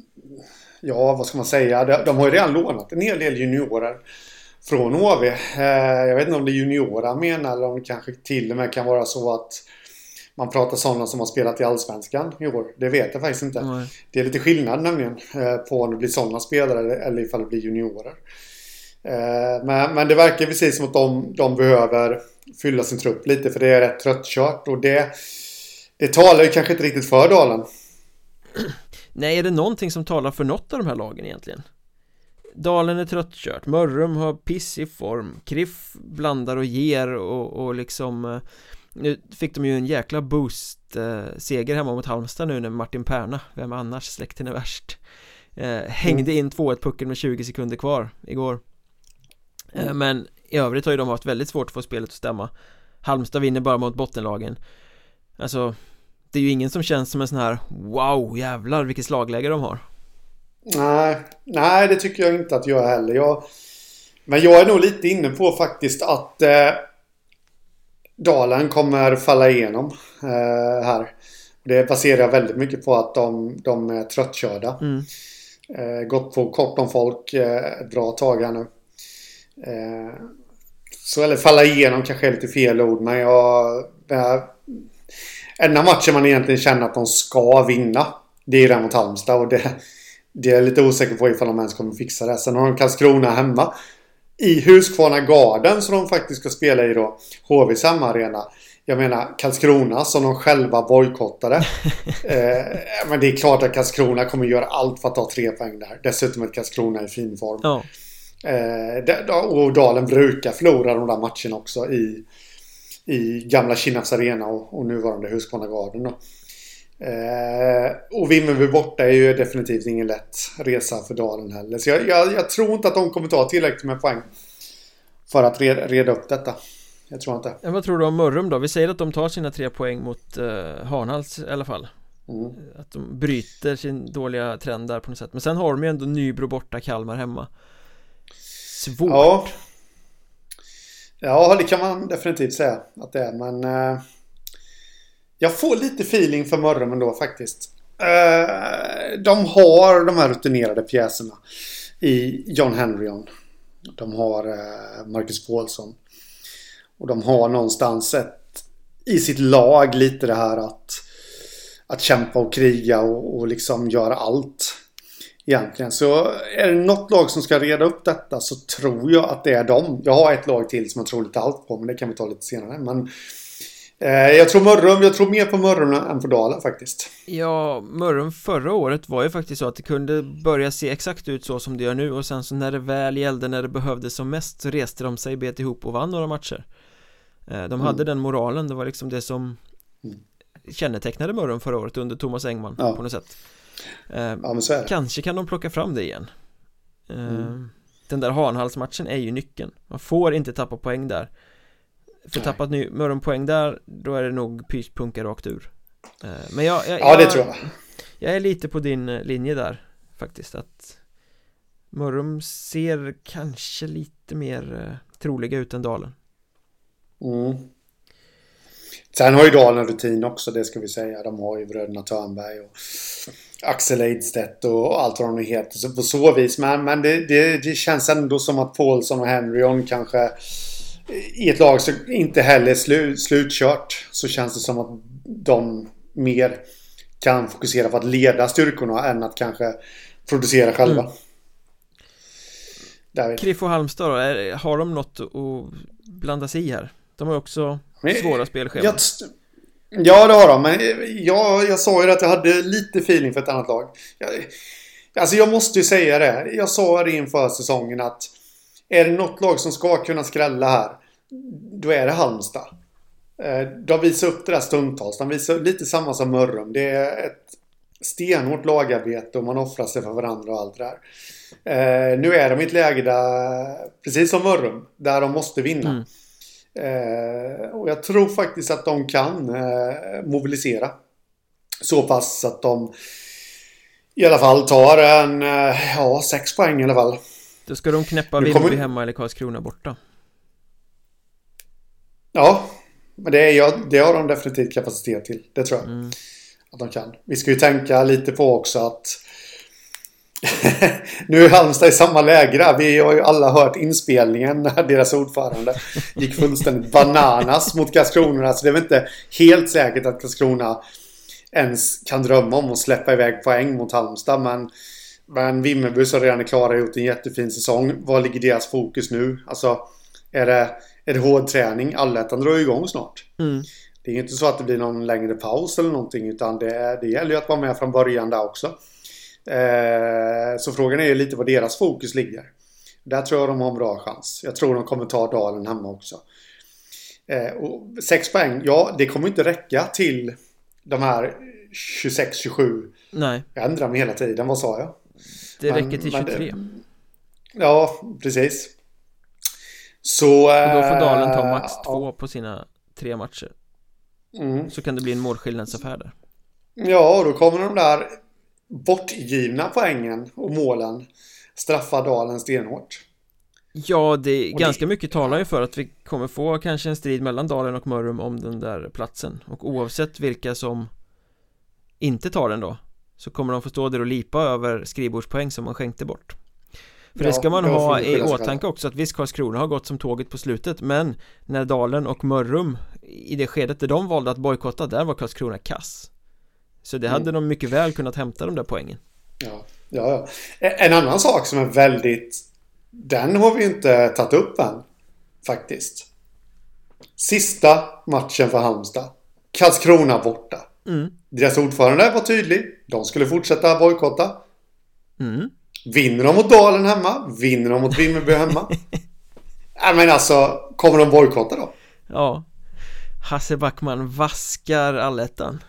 ja, vad ska man säga? De, de har ju redan lånat en hel del juniorer från H V. Eh, jag vet inte om det är juniorer menar, eller om det kanske till och med kan vara så att man pratar sådana som har spelat i Allsvenskan i år. Det vet jag faktiskt inte. Mm. Det är lite skillnad nämligen eh, på om det blir sådana spelare eller ifall det blir juniorer. Eh, men, men det verkar precis som att de, de behöver fylla sin trupp lite, för det är rätt tröttkört, och det, det talar ju kanske inte riktigt för Dalen.
Nej, är det någonting som talar för något av de här lagen egentligen? Dalen är tröttkört, Mörrum har piss i form, Kriff blandar och ger och, och liksom... Nu fick de ju en jäkla boost eh, seger hemma mot Halmstad nu när Martin Perna, vem annars, släkten är värst, eh, hängde in två ett pucken med tjugo sekunder kvar igår. eh, Men i övrigt har ju de haft väldigt svårt att få spelet att stämma. Halmstad vinner bara mot bottenlagen. Alltså, det är ju ingen som känns som en sån här wow, jävlar vilket slagläge de har.
Nej, nej det tycker jag inte att jag heller. jag, Men jag är nog lite inne på faktiskt att eh, Dalen kommer falla igenom eh, här. Det baserar väldigt mycket på att de, de är tröttkörda. Mm. Eh, gått på kort om folk eh, ett bra tag här nu. Eh, så eller falla igenom kanske är lite fel ord, men jag... Eh, enda matchen man egentligen känner att de ska vinna, det är den mot Halmstad, och det, det är lite osäker på ifall de ens kommer fixa det. Sen har de Karlskrona hemma i Huskvarna Garden, så de faktiskt ska spela i då H V samma arena. Jag menar Karlskrona som de själva bojkottade. eh, men det är klart att Karlskrona kommer göra allt för att ta tre poäng där. Dessutom är Karlskrona i fin form. Ja. Eh, och Dalen brukar förlora de där matcherna också i, i gamla Kinnafs arena och, och nuvarande Huskvarna Garden då. Eh, och Vimmerby borta är ju definitivt ingen lätt resa för Dalen heller. Så jag, jag, jag tror inte att de kommer ta tillräckligt med poäng för att reda, reda upp detta. Jag tror inte.
Ja, vad tror du om Mörrum då? Vi säger att de tar sina tre poäng mot uh, Hanhals i alla fall. Mm. Att de bryter sin dåliga trend där på något sätt. Men sen har de ju ändå Nybro borta, Kalmar hemma. Svårt.
Ja, ja det kan man definitivt säga att det är. Men uh, jag får lite feeling för Mörrum ändå faktiskt. Uh, de har de här rutinerade pjäserna i John Henryon. De har uh, Marcus Paulsson. Och de har någonstans ett, i sitt lag lite det här att, att kämpa och kriga och, och liksom göra allt egentligen. Så är det något lag som ska reda upp detta, så tror jag att det är dem. Jag har ett lag till som jag tror lite allt på, men det kan vi ta lite senare. Men eh, jag tror Mörrum, jag tror mer på Mörrum än på Dalen faktiskt.
Ja, Mörrum förra året var ju faktiskt så att det kunde börja se exakt ut så som det gör nu. Och sen så när det väl gällde, när det behövdes som mest, så reste de sig, bet ihop och vann några matcher. De hade mm. den moralen, det var liksom det som mm. kännetecknade Mörrum förra året under Thomas Engman ja. på något sätt. Eh, ja, kanske kan de plocka fram det igen. Eh, mm. Den där Hanhalsmatchen är ju nyckeln. Man får inte tappa poäng där. För tappat ny Mörrum poäng där, då är det nog pyspunka rakt ur. Eh, men jag, jag,
ja, det jag, tror jag.
Jag är lite på din linje där faktiskt, att Mörrum ser kanske lite mer eh, troliga ut än Dalen.
Mm. Sen har ju Dalen rutin också, det ska vi säga. De har ju bröderna Törnberg och Axel Eidstedt och allt vad de heter, så på så vis. Men, men det, det, det känns ändå som att Paulsson och Henryon kanske i ett lag som inte heller är slu, slutkört, så känns det som att de mer kan fokusera på att leda styrkorna än att kanske producera själva.
Mm. Kriff och Halmstad då, är, har de något att blanda sig i här? De har också svåra spelscheman.
Jag, Ja, det har de. Men jag, jag sa ju att jag hade lite feeling för ett annat lag. Jag, alltså jag måste ju säga det. Jag sa det inför säsongen att är det något lag som ska kunna skrälla här, då är det Halmstad. De visar upp det där stundtals. De visar lite samma som Mörrum. Det är ett stenhårt lagarbete och man offrar sig för varandra och allt det där. Eh, nu är de i ett läge där, precis som Mörrum, där de måste vinna. Mm. Eh, och jag tror faktiskt att de kan eh, mobilisera så pass att de i alla fall tar en eh, ja, sex poäng i alla fall.
Då ska de knäppa Vimmerby kommer... hemma eller Karlskrona borta.
Ja, men det, är, ja, det har de definitivt kapacitet till. Det tror jag mm. att de kan. Vi ska ju tänka lite på också att nu är Halmstad i samma läge där. Vi har ju alla hört inspelningen när deras ordförande gick fullständigt bananas mot Karlskrona. Så det är väl inte helt säkert att Karlskrona ens kan drömma om att släppa iväg poäng mot Halmstad. Men, men Vimmerby så redan är klara och gjort en jättefin säsong. Vad ligger deras fokus nu? Alltså, är det, är det hård träning? Allettan drar igång snart. Mm. Det är inte så att det blir någon längre paus eller någonting, utan det, det gäller ju att vara med från början där också. Eh, så frågan är ju lite var deras fokus ligger. Där tror jag de har en bra chans. Jag tror de kommer ta Dalen hemma också. Eh, och sex poäng, ja, det kommer inte räcka till de här tjugosex tjugosju.
Nej.
Jag ändrar mig hela tiden, vad sa jag?
Det men, räcker till tjugotre.
Det, ja, precis. Så,
och då får Dalen ta max äh, två på sina tre matcher. Mm. Så kan det bli en målskillnadsaffär där.
Ja, och då kommer de där bortgivna poängen och målen straffa Dalen stenhårt.
Ja, det är ganska det... mycket talar ju för att vi kommer få kanske en strid mellan Dalen och Mörrum om den där platsen. Och oavsett vilka som inte tar den då, så kommer de få stå där och lipa över skrivbordspoäng som man skänkte bort. För ja, det ska man ha i åtanke också, att visst Karlskrona har gått som tåget på slutet, men när Dalen och Mörrum i det skedet där de valde att bojkotta, där var Karlskrona kass. Så det hade mm. de mycket väl kunnat hämta de där poängen.
Ja, ja, ja. En annan sak som är väldigt, den har vi inte tagit upp än faktiskt. Sista matchen för Halmstad, Karlskrona borta. Mm. Deras ordförande var tydlig, de skulle fortsätta bojkotta. Mm. Vinner de mot Dalen hemma, vinner de mot Vimmerby hemma. Ja, men alltså, kommer de bojkotta då?
Ja, Hasse Backman vaskar allettan.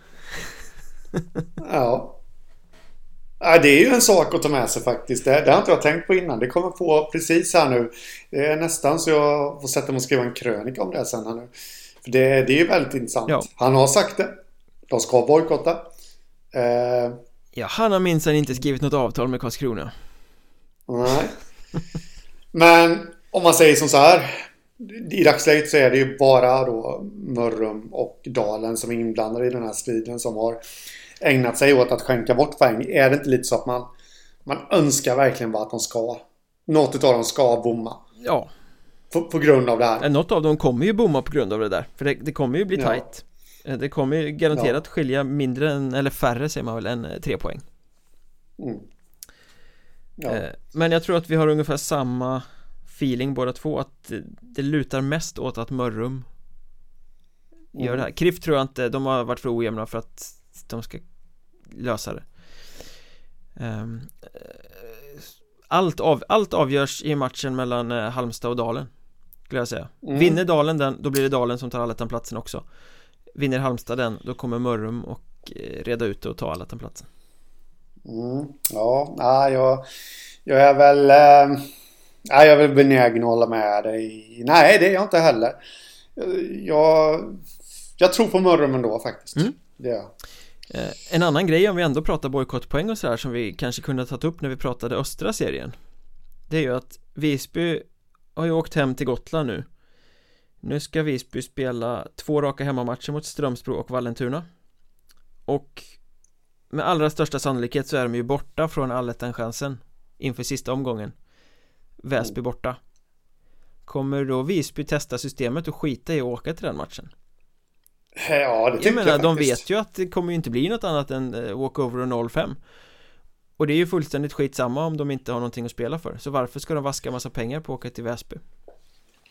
Ja. Ja, det är ju en sak att ta med sig faktiskt. Det, det har inte jag tänkt på innan. Det kommer på precis här nu. Det är nästan så jag får sätta mig och skriva en krönika om det sen här nu. För det, det är ju väldigt intressant. Ja. Han har sagt det. De ska bojkotta. Eh,
ja, han har minst inte skrivit något avtal med Karlskrona.
Nej. Men om man säger som så här, i dagsläget så är det ju bara då Mörrum och Dalen som är inblandade i den här striden, som har ägnat sig åt att skänka bort poäng. Är det inte lite så att man man önskar verkligen bara att de ska, något av dem ska bomma?
Ja.
På, på grund av det här.
Något av dem kommer ju bomma på grund av det där. För det, det kommer ju bli tajt. Ja. Det kommer ju garanterat ja. skilja mindre än, eller färre säger man väl, än tre poäng. Mm. Ja. Men jag tror att vi har ungefär samma feeling båda två, att det lutar mest åt att Mörrum mm. gör det här. Kriff tror jag inte, de har varit för ojämna för att de ska lösa det. Allt, av, allt avgörs i matchen mellan Halmstad och Dalen, skulle jag säga. Mm. Vinner Dalen den, då blir det Dalen som tar allettanplatsen också. Vinner Halmstad den, då kommer Mörrum och reda ut det och ta allettanplatsen.
Mm. Ja, nej, jag, jag är väl eh, jag är väl benägen att hålla med dig. Nej, det är jag inte heller. Jag, jag tror på Mörrum ändå faktiskt. Mm. Det är.
Eh, en annan grej, om vi ändå pratar bojkottpoäng och sådär, som vi kanske kunde ha tagit upp när vi pratade östra serien, det är ju att Visby har ju åkt hem till Gotland nu. Nu ska Visby spela två raka hemmamatcher mot Strömsbro och Vallentuna. Och med allra största sannolikhet så är de ju borta från allettan-chansen inför sista omgången. Väsby borta. Kommer då Visby testa systemet och skita i att åka till den matchen?
Ja, det tycker jag,
menar,
jag
de vet ju att det kommer ju inte bli något annat än walkover och noll fem. Och det är ju fullständigt skitsamma om de inte har någonting att spela för. Så varför ska de vaska massa pengar på att åka till Väsby?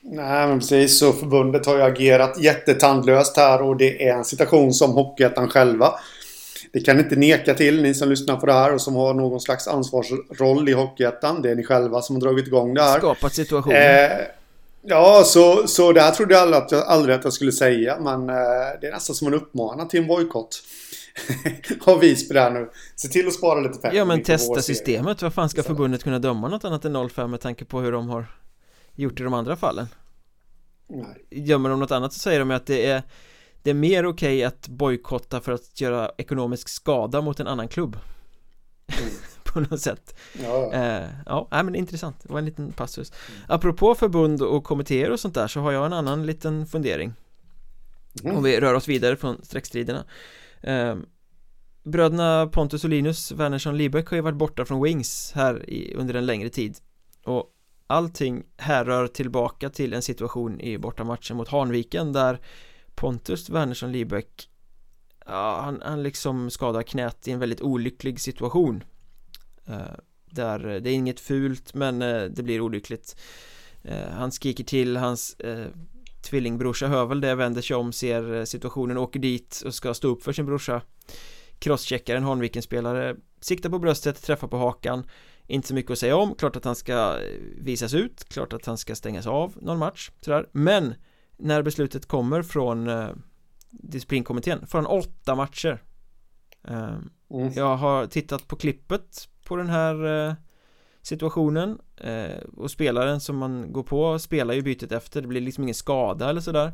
Nej, men precis. Så förbundet har ju agerat jättetandlöst här och det är en situation som Hockeyettan själva. Det kan inte neka till, ni som lyssnar på det här och som har någon slags ansvarsroll i Hockeyettan. Det är ni själva som har dragit igång det här.
Skapat situationen. Eh,
ja, så, så det här trodde jag aldrig att jag, aldrig att jag skulle säga. Men eh, det är nästan som en uppmaning till en bojkott. Har Visby där nu. Se till att spara lite pengar.
Ja, men testa systemet. Vad fan ska så. Förbundet kunna döma något annat än noll fem med tanke på hur de har gjort i de andra fallen? Nej. Gömmer de något annat så säger de att det är Det är mer okej att bojkotta för att göra ekonomisk skada mot en annan klubb. Mm. På något sätt. Ja, ja. Eh, ja men intressant. Det var en liten passus. Mm. Apropå förbund och kommittéer och sånt där så har jag en annan liten fundering. Mm. Om vi rör oss vidare från streckstriderna. Eh, bröderna Pontus och Linus Wernersson-Liebeck har ju varit borta från Wings här i, under en längre tid. Och allting härrör tillbaka till en situation i bortamatchen mot Hanviken där Pontus Wernersson-Liebeck ja, han, han liksom skadar knät i en väldigt olycklig situation uh, där det är inget fult men uh, det blir olyckligt. uh, han skriker till hans uh, tvillingbrorsa Hövel det vänder sig om, ser situationen, åker dit och ska stå upp för sin brorsa, crosscheckar en Hanviken-spelare, siktar på bröstet, träffar på hakan, inte så mycket att säga om, klart att han ska visas ut, klart att han ska stängas av någon match sådär. Men när beslutet kommer från eh, disciplinkommittén får han åtta matcher. eh, mm. Jag har tittat på klippet på den här eh, situationen eh, och spelaren som man går på spelar ju bytet efter, det blir liksom ingen skada eller sådär.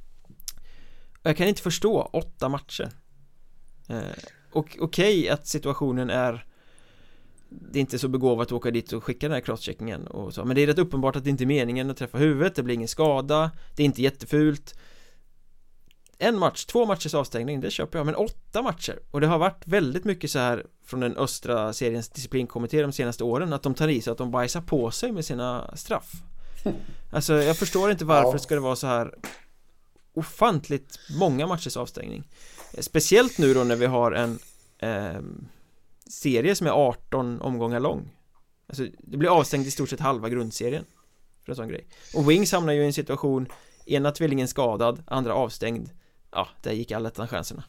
Jag kan inte förstå åtta matcher. eh, och okej okay, att situationen är det är inte så begåvat att åka dit och skicka den här crosscheckingen och så. Men det är rätt uppenbart att det inte är meningen att träffa huvudet. Det blir ingen skada. Det är inte jättefult. En match, två matchers avstängning, det köper jag. Men åtta matcher. Och det har varit väldigt mycket så här från den östra seriens disciplinkommitté de senaste åren att de tar i sig att de bajsar på sig med sina straff. Alltså jag förstår inte varför ja. Ska det vara så här ofantligt många matchers avstängning. Speciellt nu då när vi har en eh, serie som är arton omgångar lång. Alltså det blir avstängt i stort sett halva grundserien för en sån grej. Och Wings hamnar ju i en situation, ena tvillingen skadad, andra avstängd. Ja, där gick alla chanserna.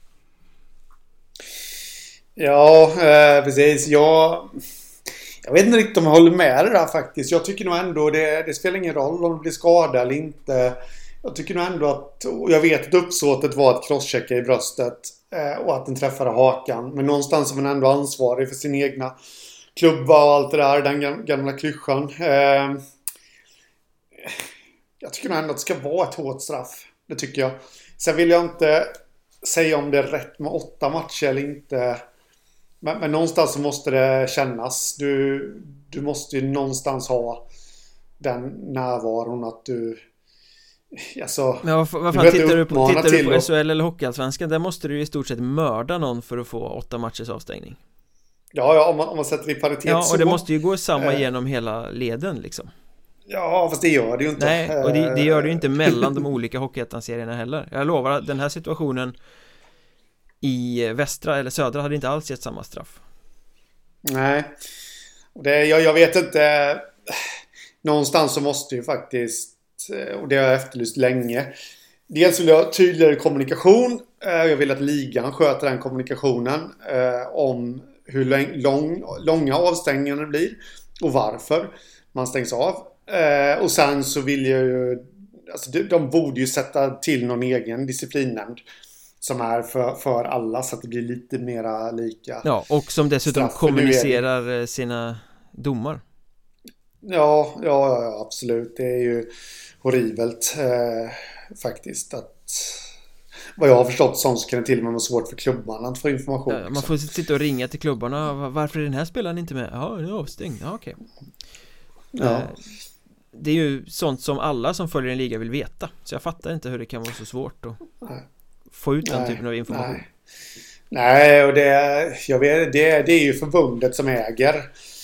Ja, eh, precis. Jag, jag vet inte riktigt om jag håller med det där faktiskt. Jag tycker nog ändå det, det spelar ingen roll om det blir skada eller inte. Jag tycker nog ändå att, och jag vet att uppsåtet var att crosschecka i bröstet eh, och att den träffade hakan. Men någonstans är man ändå ansvarig för sin egna klubba och allt det där, den gamla klyschan. Eh, jag tycker nog ändå att det ska vara ett hårt straff. Det tycker jag. Sen vill jag inte säga om det är rätt med åtta matcher eller inte. Men, men någonstans så måste det kännas. Du, du måste ju någonstans ha den närvaron att du... Alltså,
men vad, vad fan tittar du på, tittar du på S H L eller Hockeyallsvenskan? Där måste du ju i stort sett mörda någon för att få åtta matchers avstängning.
Ja, ja om, man, om man sätter i paritet.
Ja, och
så,
det måste ju gå samma eh, genom hela leden liksom.
Ja, fast det gör det ju inte.
Nej, och det, det gör det ju inte mellan de olika Hockeyettan-serierna heller. Jag lovar att den här situationen i västra eller södra hade inte alls gett samma straff.
Nej. Det, jag, jag vet inte. Någonstans så måste ju faktiskt, och det har jag efterlyst länge. Dels vill jag ha tydligare kommunikation. Jag vill att ligan sköter den kommunikationen om hur lång, långa avstängningarna blir och varför man stängs av. Och sen så vill jag ju, alltså de borde ju sätta till någon egen disciplinnämnd som är för, för alla så att det blir lite mera lika.
Ja, och som dessutom kommunicerar sina domar.
Ja, ja, ja, absolut. Det är ju horribelt eh, faktiskt att vad jag har förstått sånt så kan det till och med vara svårt för klubbarna att få information.
Ja, man får sitta och ringa till klubbarna. Varför är den här spelaren inte med? Ja, nu är avstängd. Ja, okej. Okay. Ja. Eh, det är ju sånt som alla som följer en liga vill veta. Så jag fattar inte hur det kan vara så svårt att nej. få ut den nej, typen av information.
Nej, nej och det, jag vet, det, det är ju förbundet som äger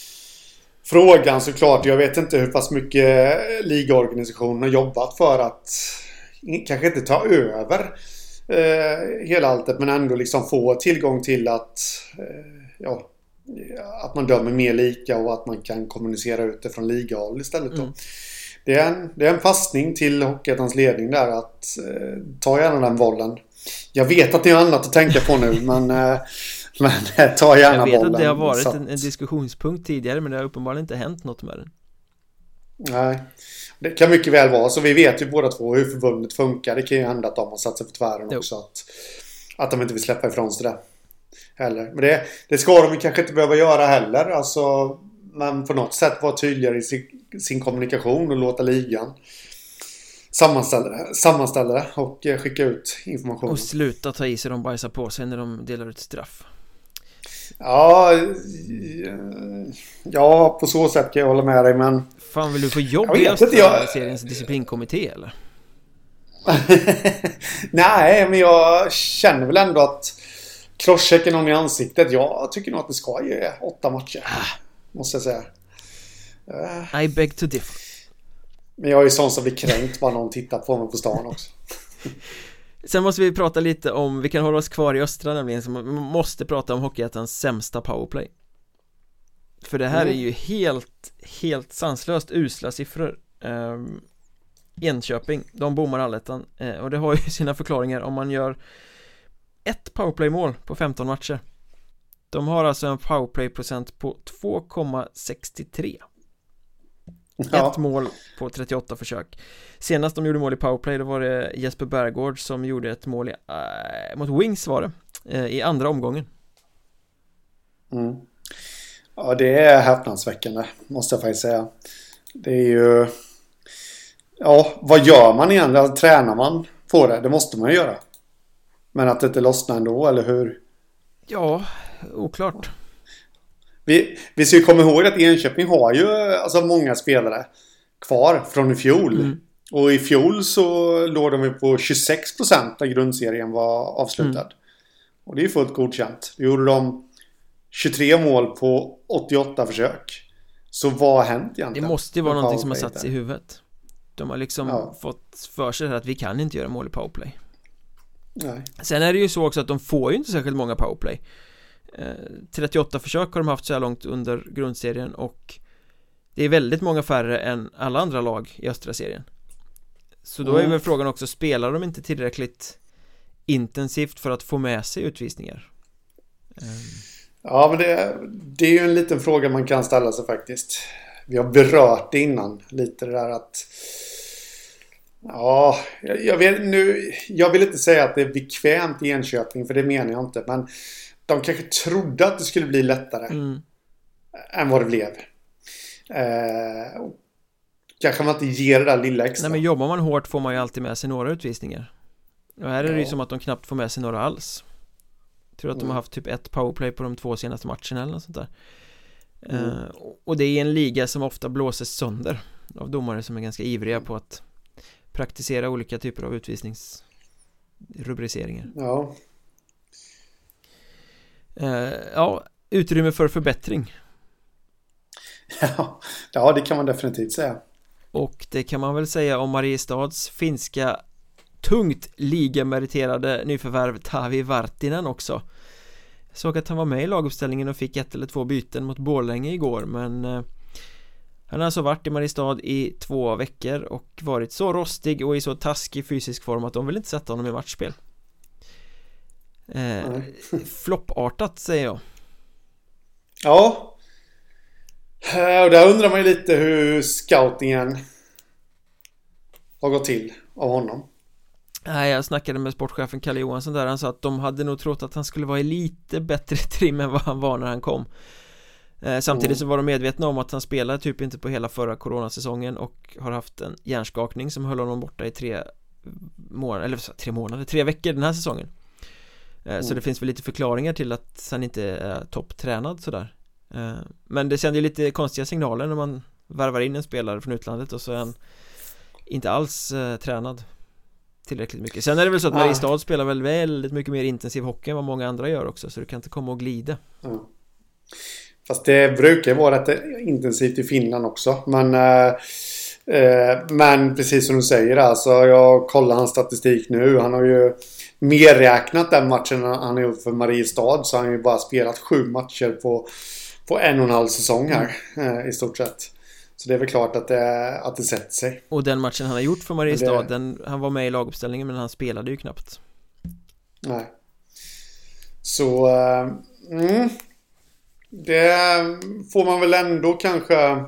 frågan såklart. Jag vet inte hur pass mycket ligaorganisationen har jobbat för att kanske inte ta över eh, hela alltet men ändå liksom få tillgång till att eh, ja, att man dömer mer lika och att man kan kommunicera ut det från ligahåll istället då. Mm. det är en, det är en passning till Hockeyettans ledning där att eh, ta gärna den bollen. Jag vet att ni har annat att tänka på nu, men, eh, men eh, ta gärna bollen.
Jag vet
bollen,
att det har varit
att...
en, en diskussionspunkt tidigare, men det har uppenbarligen inte hänt något med den.
Nej, det kan mycket väl vara. Så vi vet ju båda två hur förbundet funkar. Det kan ju hända att de har satt sig på tvären jo. också. Att, att de inte vill släppa ifrån sig det. Heller. Men det, det ska de kanske inte behöva göra heller. Alltså, men på något sätt vara tydligare i sin, sin kommunikation och låta ligan sammanställa, sammanställa det och eh, skicka ut information.
Och sluta ta i sig de bajsar på sig när de delar ut straff.
Ja, ja, på så sätt kan jag hålla med dig, men...
Fan, vill du få jobb i seriens disciplinkommitté, eller?
Nej, men jag känner väl ändå att crosschecken någon i ansiktet, jag tycker nog att det ska ge åtta matcher. Ah. Måste jag säga.
I beg to differ.
Men jag är ju sån som blir kränkt bara någon tittar på mig på stan också.
Sen måste vi prata lite om, vi kan hålla oss kvar i östra nämligen, så man måste prata om Hockeyettans sämsta powerplay. För det här mm. är ju helt, helt sanslöst usla siffror. um, Enköping, de bommar allettan, uh, och det har ju sina förklaringar. Om man gör ett powerplay-mål på femton matcher, de har alltså en powerplay-procent på två komma sextiotre. Ja. Ett mål på trettioåtta försök. Senast de gjorde mål i powerplay, då var det Jesper Bergård som gjorde ett mål i, äh, mot Wings var det, äh, i andra omgången.
Mm. Ja, det är häpnadsväckande, måste jag faktiskt säga. Det är ju... Ja, vad gör man egentligen? Alltså, tränar man på det? Det måste man ju göra. Men att det inte lossnar ändå, eller hur?
Ja, oklart.
Vi, vi ska ju komma ihåg att Enköping har ju alltså många spelare kvar från i fjol. Mm. Och i fjol så låg de ju på tjugosex procent där grundserien var avslutad. Mm. Och det är ju fullt godkänt. Då gjorde de tjugotre mål på åttioåtta försök. Så vad har hänt egentligen?
Det måste ju vara någonting som har satts i huvudet. De har liksom ja. fått för sig att vi kan inte göra mål i powerplay.
Nej.
Sen är det ju så också att de får ju inte särskilt många powerplay. eh, trettioåtta försök har de haft så här långt under grundserien, och det är väldigt många färre än alla andra lag i östra serien. Så då mm. är väl frågan också, spelar de inte tillräckligt intensivt för att få med sig utvisningar? Um.
Ja, men det, det är ju en liten fråga man kan ställa sig faktiskt. Vi har berört det innan lite, det där att ja, jag vet nu, jag vill inte säga att det är bekvämt i Enköping, för det menar jag inte, men de kanske trodde att det skulle bli lättare mm. än vad det blev. Eh, kanske man inte ger det där lilla extra.
Nej, men jobbar man hårt får man ju alltid med sig några utvisningar. Och här är det ja. ju som att de knappt får med sig några alls. Jag tror att mm. de har haft typ ett powerplay på de två senaste matcherna eller något sånt där. Mm. Eh, och det är en liga som ofta blåses sönder av domare som är ganska ivriga på att praktisera olika typer av utvisningsrubriceringar.
Ja.
Eh, ja, utrymme för förbättring.
Ja, ja, det kan man definitivt säga.
Och det kan man väl säga om Mariestads finska tungt ligameriterade nyförvärv Tavi Vartinen också. Jag såg att han var med i laguppställningen och fick ett eller två byten mot Borlänge igår, men eh, han har alltså varit i Mariestad i två veckor och varit så rostig och i så taskig fysisk form att de vill inte sätta honom i matchspel. Eh, floppartat, säger jag.
Ja. Och där undrar man ju lite hur scoutingen har gått till av honom.
Nej, jag snackade med sportchefen Kalle Johansson där. Han sa att de hade nog trott att han skulle vara i lite bättre trim än vad han var när han kom. eh, Samtidigt så var de medvetna om att han spelade typ inte på hela förra coronasäsongen och har haft en hjärnskakning som höll honom borta i tre månader, eller tre månader, tre veckor den här säsongen. eh, mm. Så det finns väl lite förklaringar till att han inte är topptränad sådär. eh, Men det sänder ju lite konstiga signaler när man värvar in en spelare från utlandet och så är han inte alls eh, tränad tillräckligt mycket. Sen är det väl så att Mariestad ah. spelar väl väldigt mycket mer intensiv hockey än vad många andra gör också, så du kan inte komma och glida. Mm.
Fast det brukar vara rätt intensivt i Finland också. Men, eh, men precis som du säger, alltså, jag kollar hans statistik nu. Han har ju mer räknat den matchen han har gjort för Mariestad, så han har ju bara spelat sju matcher på, på en och en halv säsong här mm. eh, i stort sett. Så det är väl klart att det, att det sätter sig.
Och den matchen han har gjort för Mariestad,
det...
den, han var med i laguppställningen men han spelade ju knappt.
Nej. Så mm, det får man väl ändå kanske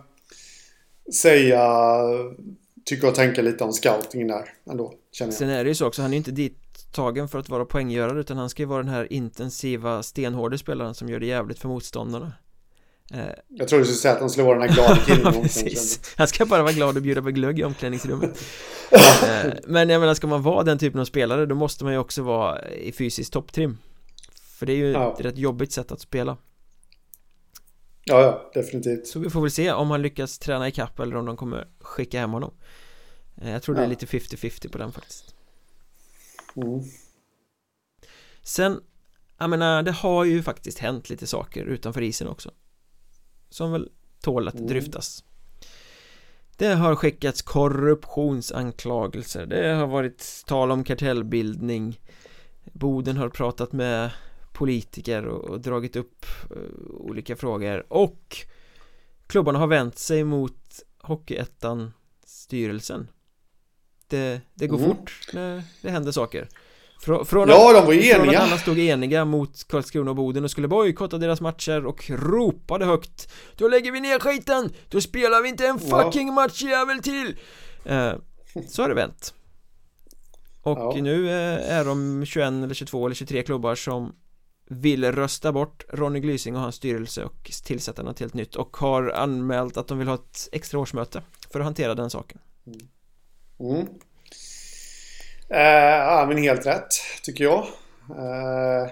säga, tycker och tänka lite om scoutingen där ändå, känner jag.
Sen är det ju så också, han är ju inte dit tagen för att vara poänggörare, utan han ska ju vara den här intensiva, stenhårda spelaren som gör det jävligt för motståndarna.
Jag tror du skulle säga att han skulle vara den här glada killen.
Precis. Han ska bara vara glad och bjuda på glögg i omklädningsrummet. Men jag menar, ska man vara den typen av spelare, då måste man ju också vara i fysisk topptrim. För det är ju ja. ett rätt jobbigt sätt att spela.
Ja, ja, definitivt.
Så vi får väl se om han lyckas träna i kapp eller om de kommer skicka hem honom. Jag tror det är lite femtio femtio på den faktiskt.
Mm.
Sen, jag menar, det har ju faktiskt hänt lite saker utanför isen också, som väl tål att mm. dryftas. Det har skickats korruptionsanklagelser. Det har varit tal om kartellbildning. Boden har pratat med politiker och, och dragit upp uh, olika frågor. Och klubbarna har vänt sig mot Hockeyettan styrelsen. Det, det går mm. fort när det händer saker. Frå, från
ja,
att,
de var ju eniga.
Från att alla stod eniga mot Karlskrona och Boden och skulle bojkotta deras matcher och ropade högt: då lägger vi ner skiten, då spelar vi inte en fucking ja. match jävel till. eh, Så har det vänt. Och ja. nu eh, är de tjugoett eller tjugotvå eller tjugotre klubbar som vill rösta bort Ronny Glysing och hans styrelse och tillsätta något helt nytt, och har anmält att de vill ha ett extra årsmöte för att hantera den saken.
Mm. Mm. Uh, ja, men helt rätt, tycker jag. Uh,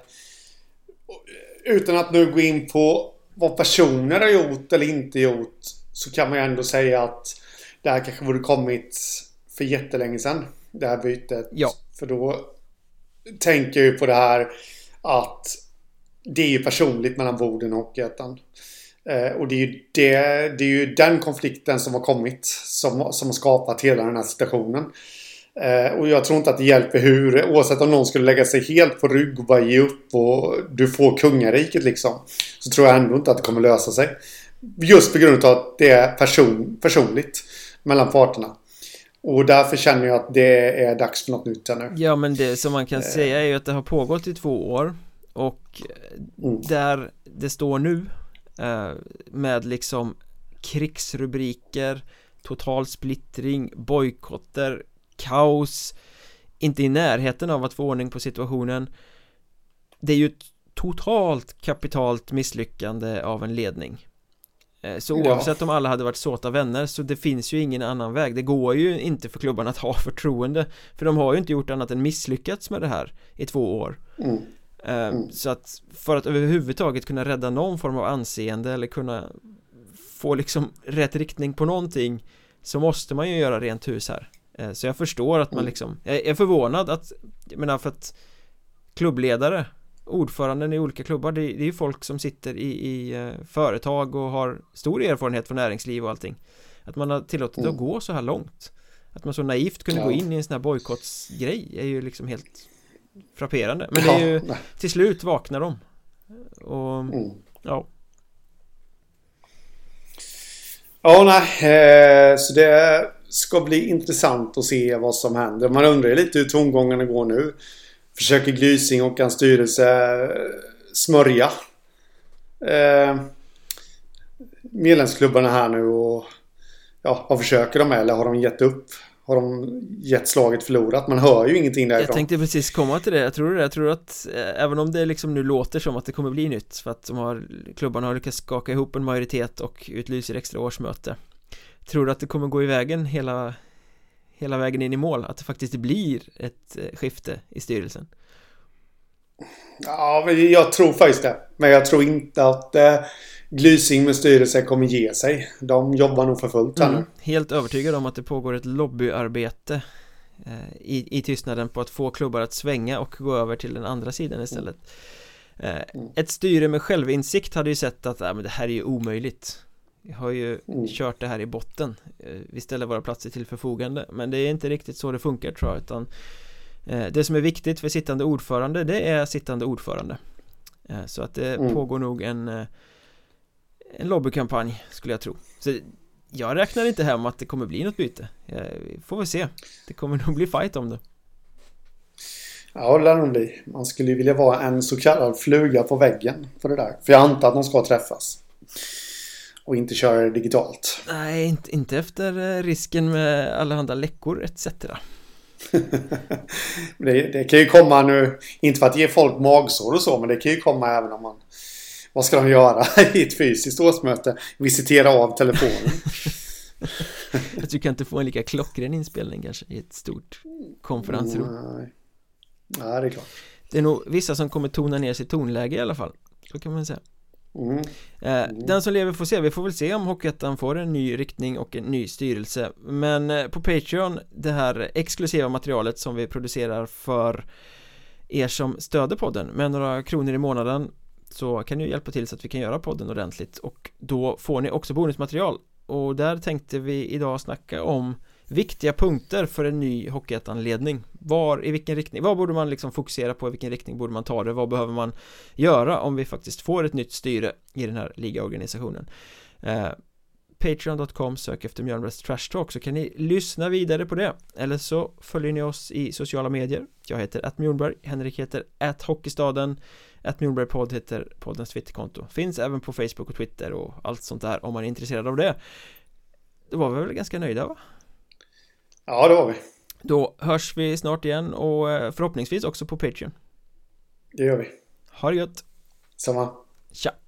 utan att nu gå in på vad personer har gjort eller inte gjort, så kan man ju ändå säga att det här kanske borde kommit för jättelänge sedan, det här bytet.
Ja.
För då tänker jag ju på det här att det är ju personligt mellan Boden och Hockeyettan. Uh, och det är, ju det, det är ju den konflikten som har kommit som, som har skapat hela den här situationen. Uh, och jag tror inte att det hjälper hur, oavsett om någon skulle lägga sig helt på rygg och bara ge upp och du får kungariket liksom, så tror jag ändå inte att det kommer lösa sig. Just på grund av att det är person, personligt mellan parterna. Och därför känner jag att det är dags för något nytt här nu.
Ja, men det som man kan uh, säga är ju att det har pågått i två år. Och mm. där det står nu uh, med liksom krigsrubriker, total splittring, bojkotter, kaos, inte i närheten av att få ordning på situationen. Det är ju ett totalt kapitalt misslyckande av en ledning. Så oavsett ja. om alla hade varit såta vänner, så det finns ju ingen annan väg. Det går ju inte för klubbarna att ha förtroende, för de har ju inte gjort annat än misslyckats med det här i två år. Mm. Mm. Så att för att överhuvudtaget kunna rädda någon form av anseende eller kunna få liksom rätt riktning på någonting, så måste man ju göra rent hus här. Så jag förstår att man liksom, jag är förvånad att, jag menar, för att klubbledare, ordföranden i olika klubbar, det, det är ju folk som sitter i, i företag och har stor erfarenhet från näringsliv och allting. Att man har tillåtit mm. att gå så här långt, att man så naivt kunde ja. gå in i en sån här bojkottsgrej är ju liksom helt frapperande. Men det är ju, ja, till slut vaknar de. Och mm. ja.
Ja, nej, eh, så det ska bli intressant att se vad som händer. Man undrar ju lite hur tongångarna går nu. Försöker Glysing och hans styrelse smörja eh, medlemsklubbarna här nu, och ja, vad försöker de med, eller har de gett upp? Har de gett slaget förlorat? Man hör ju ingenting därifrån.
Jag tänkte precis komma till det. Jag tror det. Jag tror att eh, även om det liksom nu låter som att det kommer bli nytt, för att de har, klubbarna har lyckats skaka ihop en majoritet och utlyser extra årsmöte. Tror du att det kommer gå i vägen hela, hela vägen in i mål? Att det faktiskt blir ett eh, skifte i styrelsen?
Ja, men jag tror faktiskt det. Men jag tror inte att eh, Glysing med styrelsen kommer ge sig. De jobbar nog för fullt här nu. Mm,
helt övertygad om att det pågår ett lobbyarbete eh, i, i tystnaden på att få klubbar att svänga och gå över till den andra sidan istället. Eh, mm. Ett styre med självinsikt hade ju sett att äh, men det här är ju omöjligt. Vi har ju mm. kört det här i botten. Eh, vi ställer våra platser till förfogande. Men det är inte riktigt så det funkar, tror jag. Utan eh, det som är viktigt för sittande ordförande, det är sittande ordförande. Eh, så att det mm. pågår nog en... Eh, en lobbykampanj, skulle jag tro. Så Jag räknar inte hem att det kommer bli något byte. Vi får väl se. Det kommer nog bli fight om det.
Ja, det lär nog bli. Man skulle ju vilja vara en så kallad fluga på väggen för det där. För jag antar att de ska träffas. Och inte köra det digitalt.
Nej, inte, inte efter risken med allehanda läckor et cetera.
det, det kan ju komma nu, inte för att ge folk magsår och så, men det kan ju komma även om man... Vad ska de göra i ett fysiskt årsmöte? Visitera av telefonen.
Att du kan inte få en lika klockren inspelning kanske i ett stort konferensrum.
Nej. Ja, det är klart.
Det är nog vissa som kommer tona ner sitt tonläge i alla fall. Så kan man säga. Mm. Mm. Den som lever får se. Vi får väl se om Hockeyettan får en ny riktning och en ny styrelse. Men på Patreon, det här exklusiva materialet som vi producerar för er som stöder podden med några kronor i månaden, så kan ni hjälpa till så att vi kan göra podden ordentligt. Och då får ni också bonusmaterial. Och där tänkte vi idag snacka om viktiga punkter för en ny Hockeyettan-ledning. Var, i vilken riktning, vad borde man liksom fokusera på, i vilken riktning borde man ta det, vad behöver man göra om vi faktiskt får ett nytt styre i den här ligaorganisationen. eh, Patreon dot com, sök efter Mjölnbergs Trash Talk, så kan ni lyssna vidare på det. Eller så följer ni oss i sociala medier. Jag heter at Mjölnberg, Henrik heter at Hockeystaden, at Mjölnberg podd heter poddens Twitterkonto. Finns även på Facebook och Twitter och allt sånt där om man är intresserad av det. Det var vi väl ganska nöjda, va?
Ja, det var vi.
Då hörs vi snart igen och förhoppningsvis också på Patreon.
Det gör vi.
Ha det gött.
Samma.
Tja.